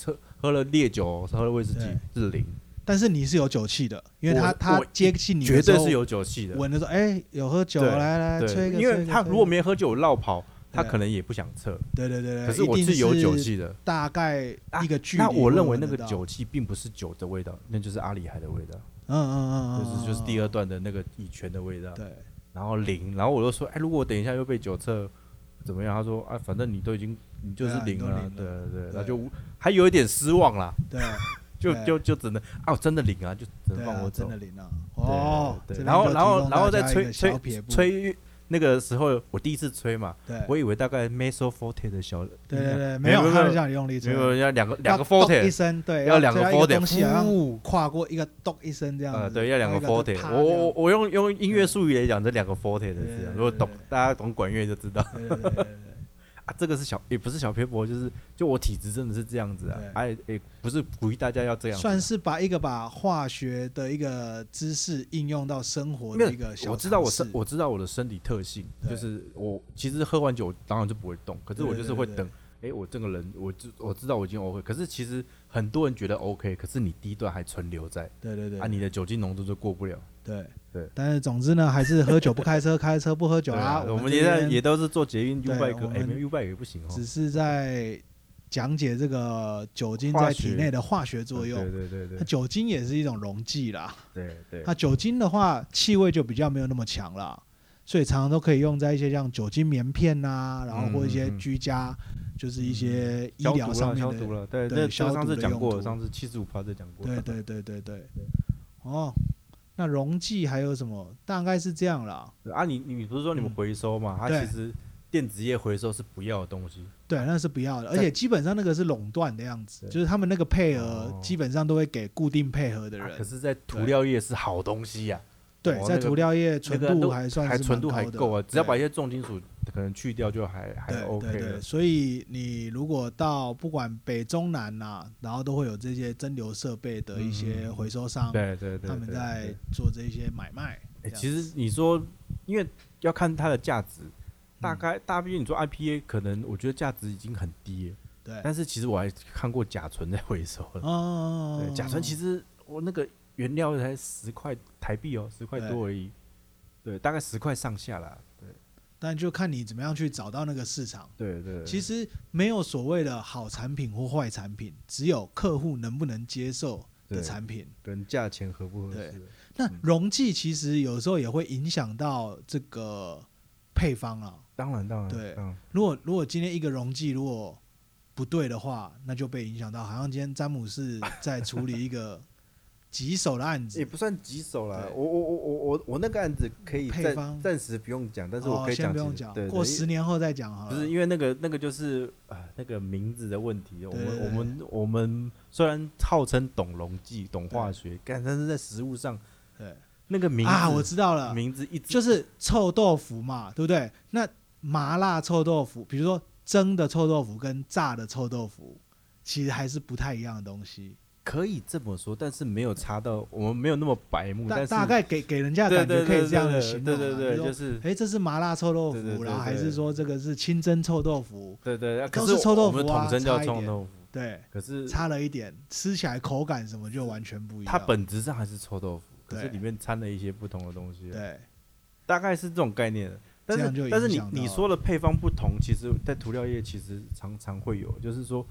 喝了烈酒，喝了威士忌是0。 但是你是有酒气的，因为他接近你的时候绝对是有酒气的。 闻的时候，有喝酒，来吹个。 因为他如果没喝酒落跑，他可能也不想测。 对。 可是我是有酒气的， 大概一个距离。 那我认为那个酒气并不是酒的味道，那就是阿里海的味道。就是第2段的那个乙醛的味道。对。然后0，然后我就说，如果我等一下又被酒测怎么样？他说反正你就是0了，对，那就还有一点失望啦。对。就只能真的0啊，就只能放我走。 真的0啊。 对。然后再吹那个时候，我第一次吹嘛，我以为大概 mezzo forte 的小， 对，没有，他叫你用力吹， 没有，要两个 forte 一声，对， 要2个 forte， 东西好像跨过一个咚一声这样子， 对，要2个 forte。我用音乐术语来讲，这2个 forte 的这样，如果大家懂管乐就知道。这个是也不是小偏颇，就我体质真的是这样子啊，不是鼓励大家要这样， 算是把化学的一个知识应用到生活的一个小尝试。 我知道我的身体特性，就是我其实喝完酒当然就不会动，可是我就是会等，我这个人我知道我已经 OK， 可是其实很多人觉得 OK， 可是你第一段还存留在， 对， 你的酒精浓度就过不了， 对。但是总之呢，还是喝酒不开车，开车不喝酒啊。 我们也都是做捷运 U-Bike，U-Bike 也不行哦。 只是在讲解这个酒精在体内的化学作用。对。它酒精也是一种溶剂啦。对。那酒精的话，气味就比较没有那么强啦，所以常常都可以用在一些像酒精棉片啊，然后或一些居家，就是一些医疗上面的消毒了。对，上次讲过，上次75%再讲过。 对。那溶剂还有什么？大概是这样啦。 你不是说你们回收嘛？它其实电子业回收是不要的东西。 对，那是不要的，而且基本上那个是垄断的样子，就是他们那个配额基本上都会给固定配合的人。 可是，在涂料业是好东西呀。 对，在涂料业纯度还算是纯度还够啊，只要把一些重金属可能去掉就还 OK 了。 所以你如果到不管北中南啊，然后都会有这些蒸馏设备的一些回收商， 对， 他们在做这些买卖。 其实你说，因为要看它的价值，大约你说 IPA 可能我觉得价值已经很低了，对。但是其实我还看过甲醇在回收了，对，甲醇其实我那个原料才10块台币10块多而已，对，大概10块上下啦，对。 但就看你怎么样去找到那个市场。 对。 其实没有所谓的好产品或坏产品，只有客户能不能接受的产品跟价钱合不合适。 那溶剂其实有时候也会影响到这个配方啊。 当然。 对，如果今天一个溶剂如果不对的话，那就被影响到。好像今天詹姆士在处理一个棘手的案子， 也不算棘手啦。我那个案子可以暂时不用讲，但是我可以讲， 先不用讲，过10年后再讲好了。 不是因为那个就是那个名字的问题。我们虽然号称懂溶剂、懂化学，但是在实物上，对那个名字我知道了， 名字就是臭豆腐嘛，对不对？那麻辣臭豆腐，比如说蒸的臭豆腐跟炸的臭豆腐，其实还是不太一样的东西。 可以这么说，但是没有差到我们没有那么白目，但是大概给人家的感觉可以这样的形容。 对，就是这是麻辣臭豆腐，然后还是说这个是清蒸臭豆腐？ 对， 都是臭豆腐啊， 我们统称叫臭豆腐。 对， 可是差了一点，吃起来口感什么就完全不一样。 它本质上还是臭豆腐，可是里面掺了一些不同的东西。 对， 大概是这种概念。但是你说的配方不同，其实在涂料业其实常常会有，就是说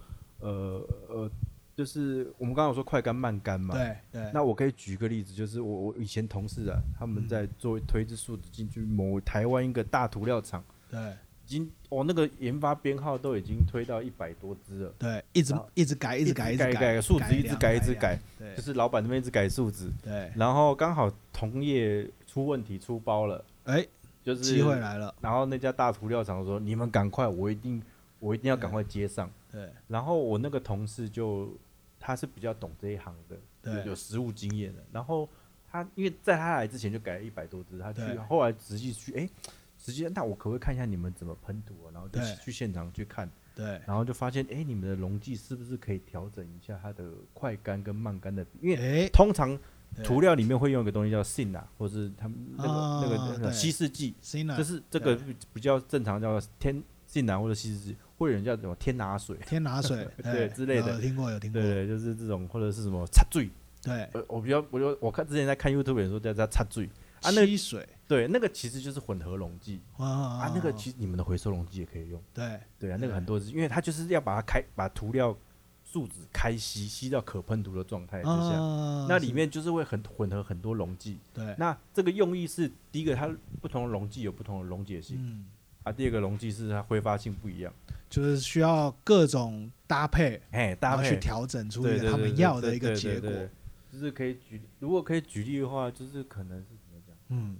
就是我们刚刚有说快干慢干嘛， 对。 那我可以举个例子，就是我以前同事他们在推一支树脂进去某台湾一个大涂料厂， 对， 已经那个研发编号都已经推到100多支了， 对，一直改， 树脂一直改，就是老板那边一直改树脂，对，然后刚好同业出问题出包了，就是机会来了， 然后那家大涂料厂说你们赶快，我一定要赶快接上，对，然后我那个同事他是比较懂这一行的，有实务经验的。然后他因为在他来之前就改了100多支，他去后来实际那我可不可以看一下你们怎么喷涂啊？然后就去现场去看，对，然后就发现你们的溶剂是不是可以调整一下它的快干跟慢干的比？因为通常涂料里面会用一个东西叫 Sina， 或是他们那个稀释剂，就是这个比较正常叫Sina 或者稀释剂。 会有人叫什么天拿水， 天拿水对之类的， 有听过。 对，就是这种，或者是什么插水。 对， 我看之前在看 YouTube 有人说叫插水啊， 吸水。 对，那个其实就是混合溶剂啊，那个其实你们的回收溶剂也可以用。对啊，那个很多是因为它就是要把涂料树脂开吸到可喷涂的状态之下，那里面就是会混合很多溶剂。 对， 那这个用意是第一个，它不同的溶剂有不同的溶解性。第二个溶剂是它挥发性不一样， 就是需要各种搭配， 搭配去调整出一个他们要的一个结果。 就是如果可以举例的话，就是可能是怎么讲？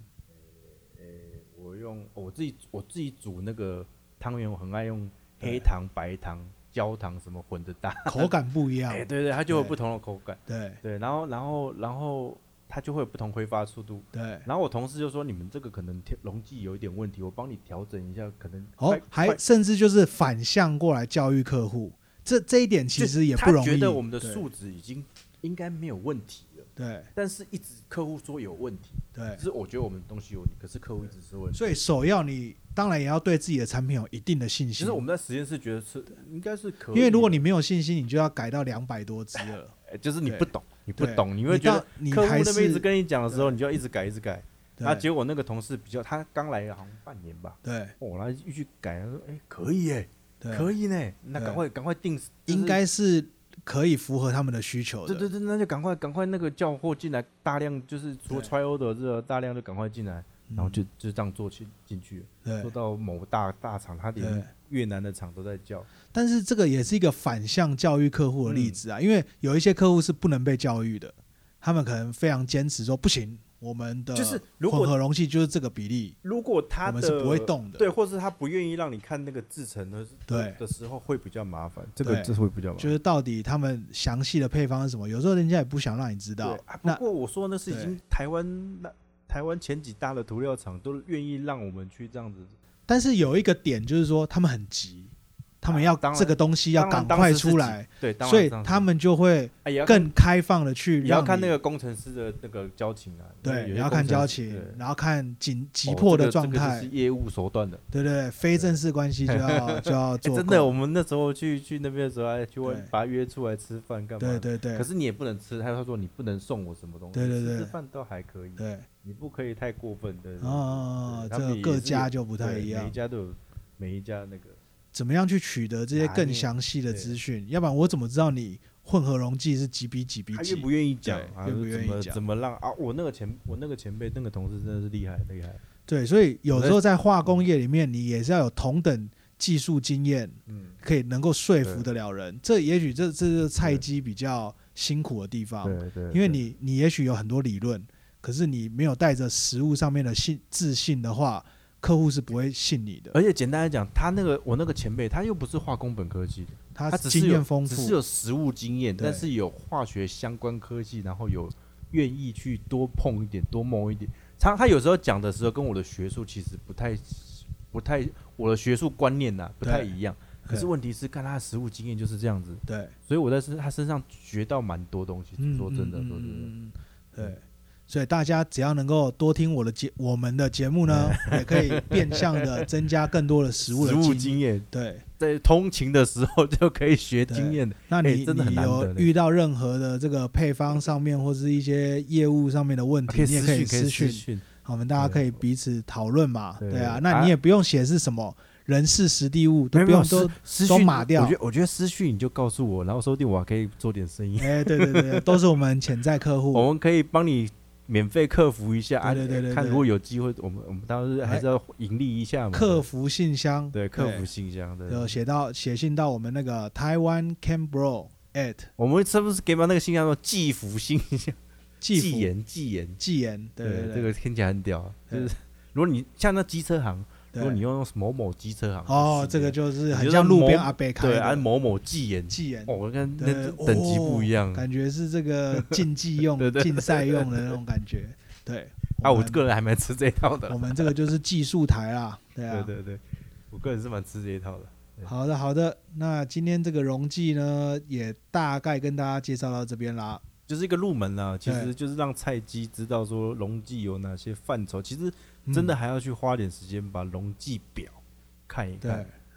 我自己煮那个汤圆，我很爱用黑糖、白糖、焦糖什么混着搭， 口感不一样。 对，它就有不同的口感。 对， 然后它就会有不同挥发速度。 对， 然后我同事就说：“你们这个可能溶剂有一点问题，我帮你调整一下，可能。” 还甚至就是反向过来教育客户，这一点其实也不容易。 他觉得我们的数值已经应该没有问题了。 对， 但是一直客户说有问题。 对， 只是我觉得我们东西有问题，可是客户一直是问题。 所以首要你当然也要对自己的产品有一定的信心。 其实我们在实验室觉得是应该是可以， 因为如果你没有信心，你就要改到200多支了。 就是你不懂，你会觉得客户那边一直跟你讲的时候，你就要一直改。然后结果那个同事他刚来好像半年吧， 对， 然后一去改，他说可以耶，可以呢，那赶快定， 应该是可以符合他们的需求的。 对，那就赶快那个叫货进来，大量就是除了 try order 之外，大量就赶快进来，然后就这样做进去了，做到某大厂，他连越南的厂都在叫。 但是这个也是一个反向教育客户的例子啊，因为有一些客户是不能被教育的，他们可能非常坚持说不行，我们的混合容器就是这个比例， 如果我们是不会动的， 对，或是他不愿意让你看那个制成的时候会比较麻烦，这会比较麻烦。 就是到底他们详细的配方是什么，有时候人家也不想让你知道。 不过我说那是已经台湾前几大的涂料厂都愿意让我们去这样子， 但是有一个点就是说他们很急。他们要这个东西要赶快出来， 对， 所以他们就会更开放的去。 也要看那个工程师的那个交情啊， 对，也要看交情，然后看急迫的状态， 这个是业务手段的， 对，非正式关系就要做。 真的，我们那时候去那边的时候，还去把他约出来吃饭干嘛？ 对。 可是你也不能吃，他说你不能送我什么东西， 对， 吃饭倒还可以， 对， 你不可以太过分的。 这个各家就不太一样， 每一家都有每一家那个。 怎么样去取得这些更详细的资讯？要不然我怎么知道你混合溶剂是几比几？ 他越不愿意讲， 越不愿意讲， 怎么让啊？我那个前辈那个同事真的是厉害。 对，所以有时候在化工业里面，你也是要有同等技术经验，可以能够说服得了人。这也许这是菜鸡比较辛苦的地方， 对， 因为你也许有很多理论，可是你没有带着实物上面的自信的话。客户是不会信你的， 而且简单来讲，我那个前辈，他又不是化工本科系的， 他经验丰富， 只是有实务经验，但是有化学相关科技，然后有愿意去多碰一点，多摸一点。他有时候讲的时候，跟我的学术其实不太，我的学术观念不太一样。可是问题是，看他的实务经验就是这样子， 对， 所以我在他身上学到蛮多东西。说真的， 对。所以大家只要能够多听我们的节目呢，也可以变相的增加更多的实务经验。 对， 在通勤的时候就可以学经验的。 那你真的很难得。 有遇到任何的这个配方上面或是一些业务上面的问题，你也可以私讯，我们大家可以彼此讨论嘛。对啊，那你也不用写是什么人事实地物，都不用都码掉。 我觉得私讯你就告诉我，然后说不定我还可以做点生意。 对，都是我们潜在客户， 我们可以帮你。免费克服一下， 对， 看如果有机会，我们当然还是要盈利一下嘛。 客服信箱， 对，客服信箱，对， 就写信到我们那个台湾 Cambro @ 我们是不是给把那个信箱说寄福信箱？寄言，对，这个听起来很屌。就是如果你像那机车行。如果你用某某机车行， 这个就是很像路边阿伯开的， 对，按某某寄言，我跟那等级不一样， 感觉是这个竞技用、竞赛用的那种感觉。对， 我个人还蛮吃这一套的。 我们这个就是技术台啦，对啊， 对，我个人是蛮吃这一套的。 好的，那今天这个溶剂呢，也大概跟大家介绍到这边啦。 就是一个入门啦，其实就是让菜鸡知道说溶剂有哪些范畴，其实真的还要去花点时间把溶剂表看一看。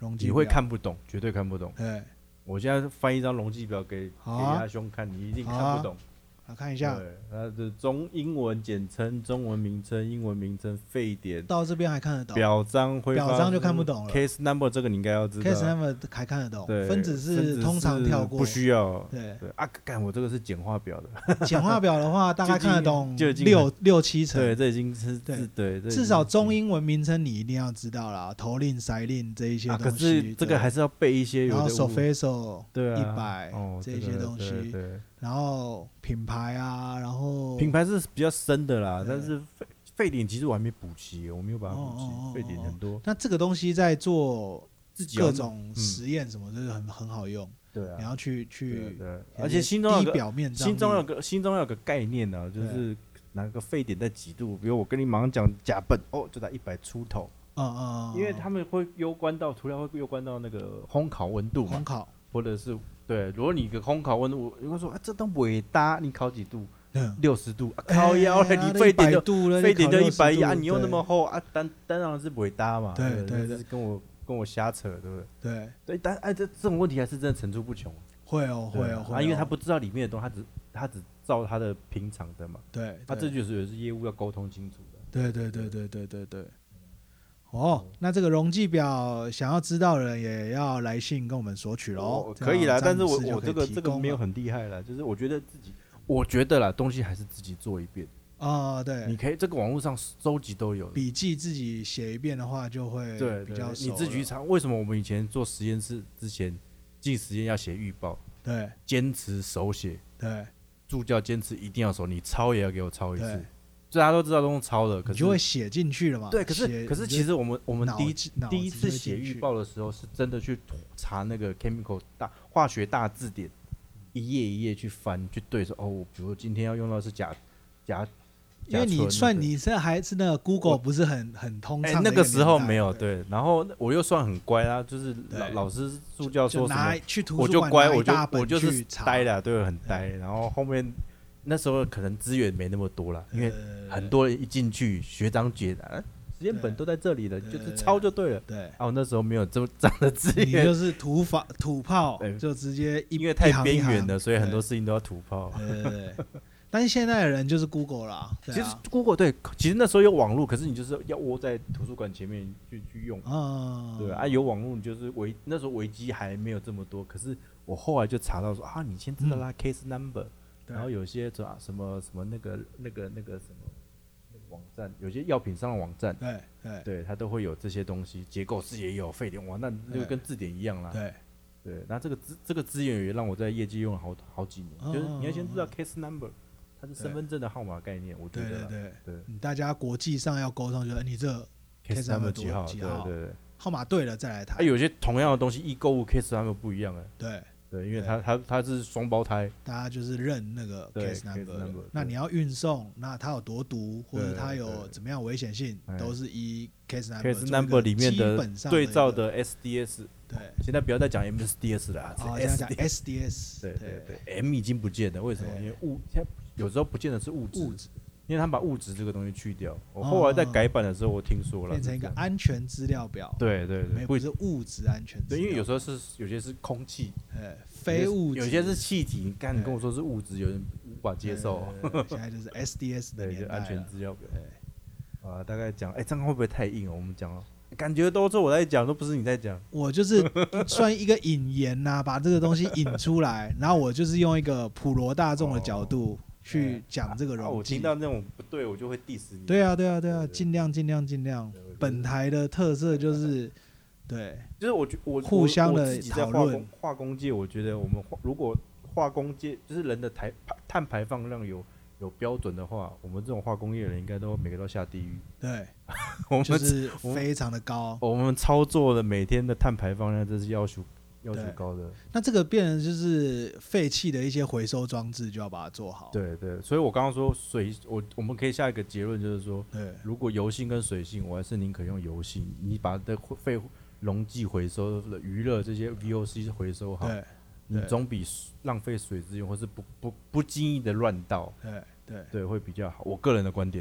容积表你会看不懂，绝对看不懂。 对， 我现在翻一张容积表给好啊阿兄看，你一定看不懂。 来看一下， 对，它的中英文简称、中文名称、英文名称、沸点、 到这边还看得懂， 表彰、挥发表彰就看不懂了。 case number 这个你应该要知道。 case number 还看得懂， 对， 分子是通常跳过， 不需要。 对对啊，干我这个是简化表的， 简化表的话，大概看得懂就已经六七成。 对，这已经是对， 对， 至少中英文名称你一定要知道啦，头令、筛令这一些东西。 可是这个还是要背一些， 然后 Sofeso 对 100这些东西， 对， 然后品牌啊，然后品牌是比较深的啦，但是沸点其实我还没补齐，我没有把它补齐，沸点很多。 那这个东西在做自己各种实验什么，就是很好用。 对啊， 你要去， 对，而且心中有个概念呢，就是哪个沸点在几度，比如我跟你马上讲甲苯，就在100出头。因为他们会攸关到涂料，会攸关到那个烘烤温度嘛，或者是对，如果你个烘烤温度，如果说这都不搭，你烤几度？60度，烤腰了，你沸点就110啊，你又那么厚啊，当然是不会搭嘛。 对， 是跟我瞎扯，对不对？ 对，但这种问题还是真的层出不穷。 会哦， 因为他不知道里面的东西，他只照他的平常的嘛。 对， 他这就是也是业务要沟通清楚的。对。那这个容积表想要知道的人也要来信跟我们索取咯。 可以啦，但是我这个没有很厉害啦，就是我觉得啦，东西还是自己做一遍。 对， 你可以这个网络上收集都有， 笔记自己写一遍的话就会比较熟。 你自己去查，为什么我们以前做实验室之前进实验要写预报？ 对， 坚持手写。 对， 助教坚持一定要手，你抄也要给我抄一次。大家都知道都用抄的，可是就会写进去了嘛。 对，可是其实我们第一次写预报的时候，是真的去查那个 chemical 化学大字典，一页一页去翻去对说比如今天要用到的是甲， 因为你这还是那个 Google 不是很通畅的那个时候没有对，然后我又算很乖啦，就是老师助教说什么我就乖，我就是呆了，对，很呆，然后后面。那时候可能资源没那么多了，因为很多人一进去，学长姐实验本都在这里了，就是抄就对了。 对， 我那时候没有这样的资源， 你就是土炮，就直接因为太边缘了，所以很多事情都要土炮。 对，但是现在的人就是 Google 啦。 其实 Google 对，其实那时候有网络，可是你就是要窝在图书馆前面去用。对有网络，就是那时候维基还没有这么多，可是我后来就查到说你先知道它 case number。然后有些什么那个什么网站，有些药品商的网站，对，它都会有这些东西，结构式也有，沸点那就跟字典一样啦。对，那这个资源也让我在业界用了好几年，就是你要先知道 case number，它是身份证的号码概念，我觉得对， 大家国际上要沟通，就是你这 case number 几号，对， 号码对了再来谈。 有些同样的东西易购物 case number 不一样对，因为它是双胞胎， 大家就是认那个 case number。那你要运送，那它有多毒，或者它有怎么样危险性，都是依 case number 里面的对照的 SDS。 对， 现在不要再讲 MSDS 了， 现在讲 SDS。 对 ，M 已经不见了，为什么？因为现在有时候不见得是物质。因为他们把物质这个东西去掉，我后来在改版的时候，我听说了变成一个安全资料表。 对， 不是物质安全资料。 对，因为有时候有些是空气， 非物质， 有些是气体。你跟我说是物质，有人无法接受。 现在就是 SDS 的年代， 安全资料表。大概讲，这样会不会太硬？我们讲感觉都是我在讲，都不是你在讲。 我就是算一个引言呐，把这个东西引出来，然后我就是用一个普罗大众的角度。去讲这个容积， 我听到那种不对，我就会 diss 你。 对啊，尽量。本台的特色就是，对， 就是我互相的讨论。 化工界，我觉得我们如果化工界就是人的碳排放量有标准的话，我们这种化工业的人应该都每个都下地狱。 对， 我们就是非常的高。 我们操作的每天的碳排放量，这是要求高的。 那这个变成就是废弃的一些回收装置，就要把它做好。 对，所以我刚刚说我们可以下一个结论就是说，如果油性跟水性，我还是宁可用油性。你把的废溶剂回收的余热这些 VOC 回收好，你总比浪费水资源或是不经意的乱倒，对会比较好。我个人的观点啦。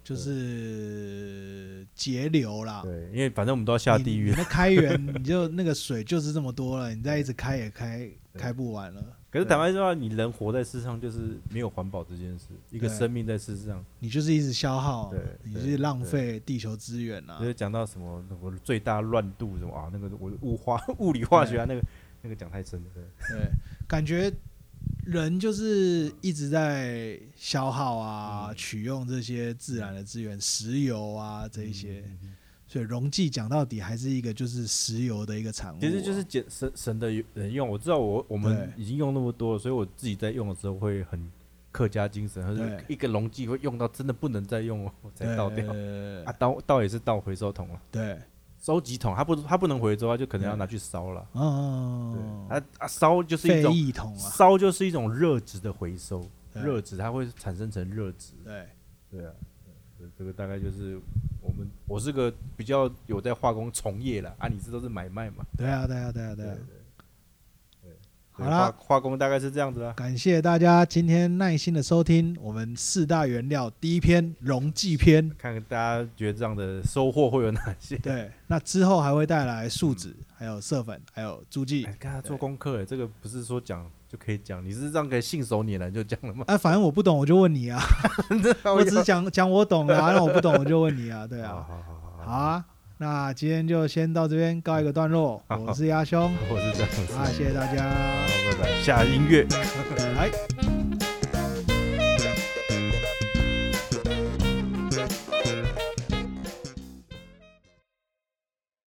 就是节流啦。 对，因为反正我们都要下地狱。 你的开源，你就那个水就是这么多了，你再一直开也开不完了。 可是坦白说，你人活在世上就是没有环保这件事，一个生命在世上， 你就是一直消耗， 对， 你就是浪费地球资源啊。 就是讲到什么最大乱度什么啊，那个我物理化学啊，那个讲太深了。 对，感觉人就是一直在消耗啊，取用这些自然的资源，石油啊这一些，所以溶剂讲到底还是一个就是石油的一个产物。 其实就是省的人用，我知道我们已经用那么多了，所以我自己在用的时候会很客家精神，或者一个溶剂会用到真的不能再用了，我才倒掉。倒也是倒回收桶了。对。收集桶，它不能回收，它就可能要拿去烧了。烧就是一种废液桶啊，烧就是一种热值的回收，热值它会产生成热值。对啊，这个大概就是我是个比较有在化工从业啦，你这都是买卖嘛。对啊。好啦，化工大概是这样子啦。感谢大家今天耐心的收听我们4大原料第一篇溶剂篇，看看大家觉得这样的收获会有哪些。对，那之后还会带来树脂，还有色粉，还有助剂。跟他做功课，这个不是说讲就可以讲，你是这样可以信手拈来就讲了吗？反正我不懂我就问你啊，我只是讲我懂啊，那我不懂我就问你啊，对啊。好啊。那今天就先到这边告一个段落。我是鸭兄，我是张老师，谢谢大家，拜拜。下音乐，来。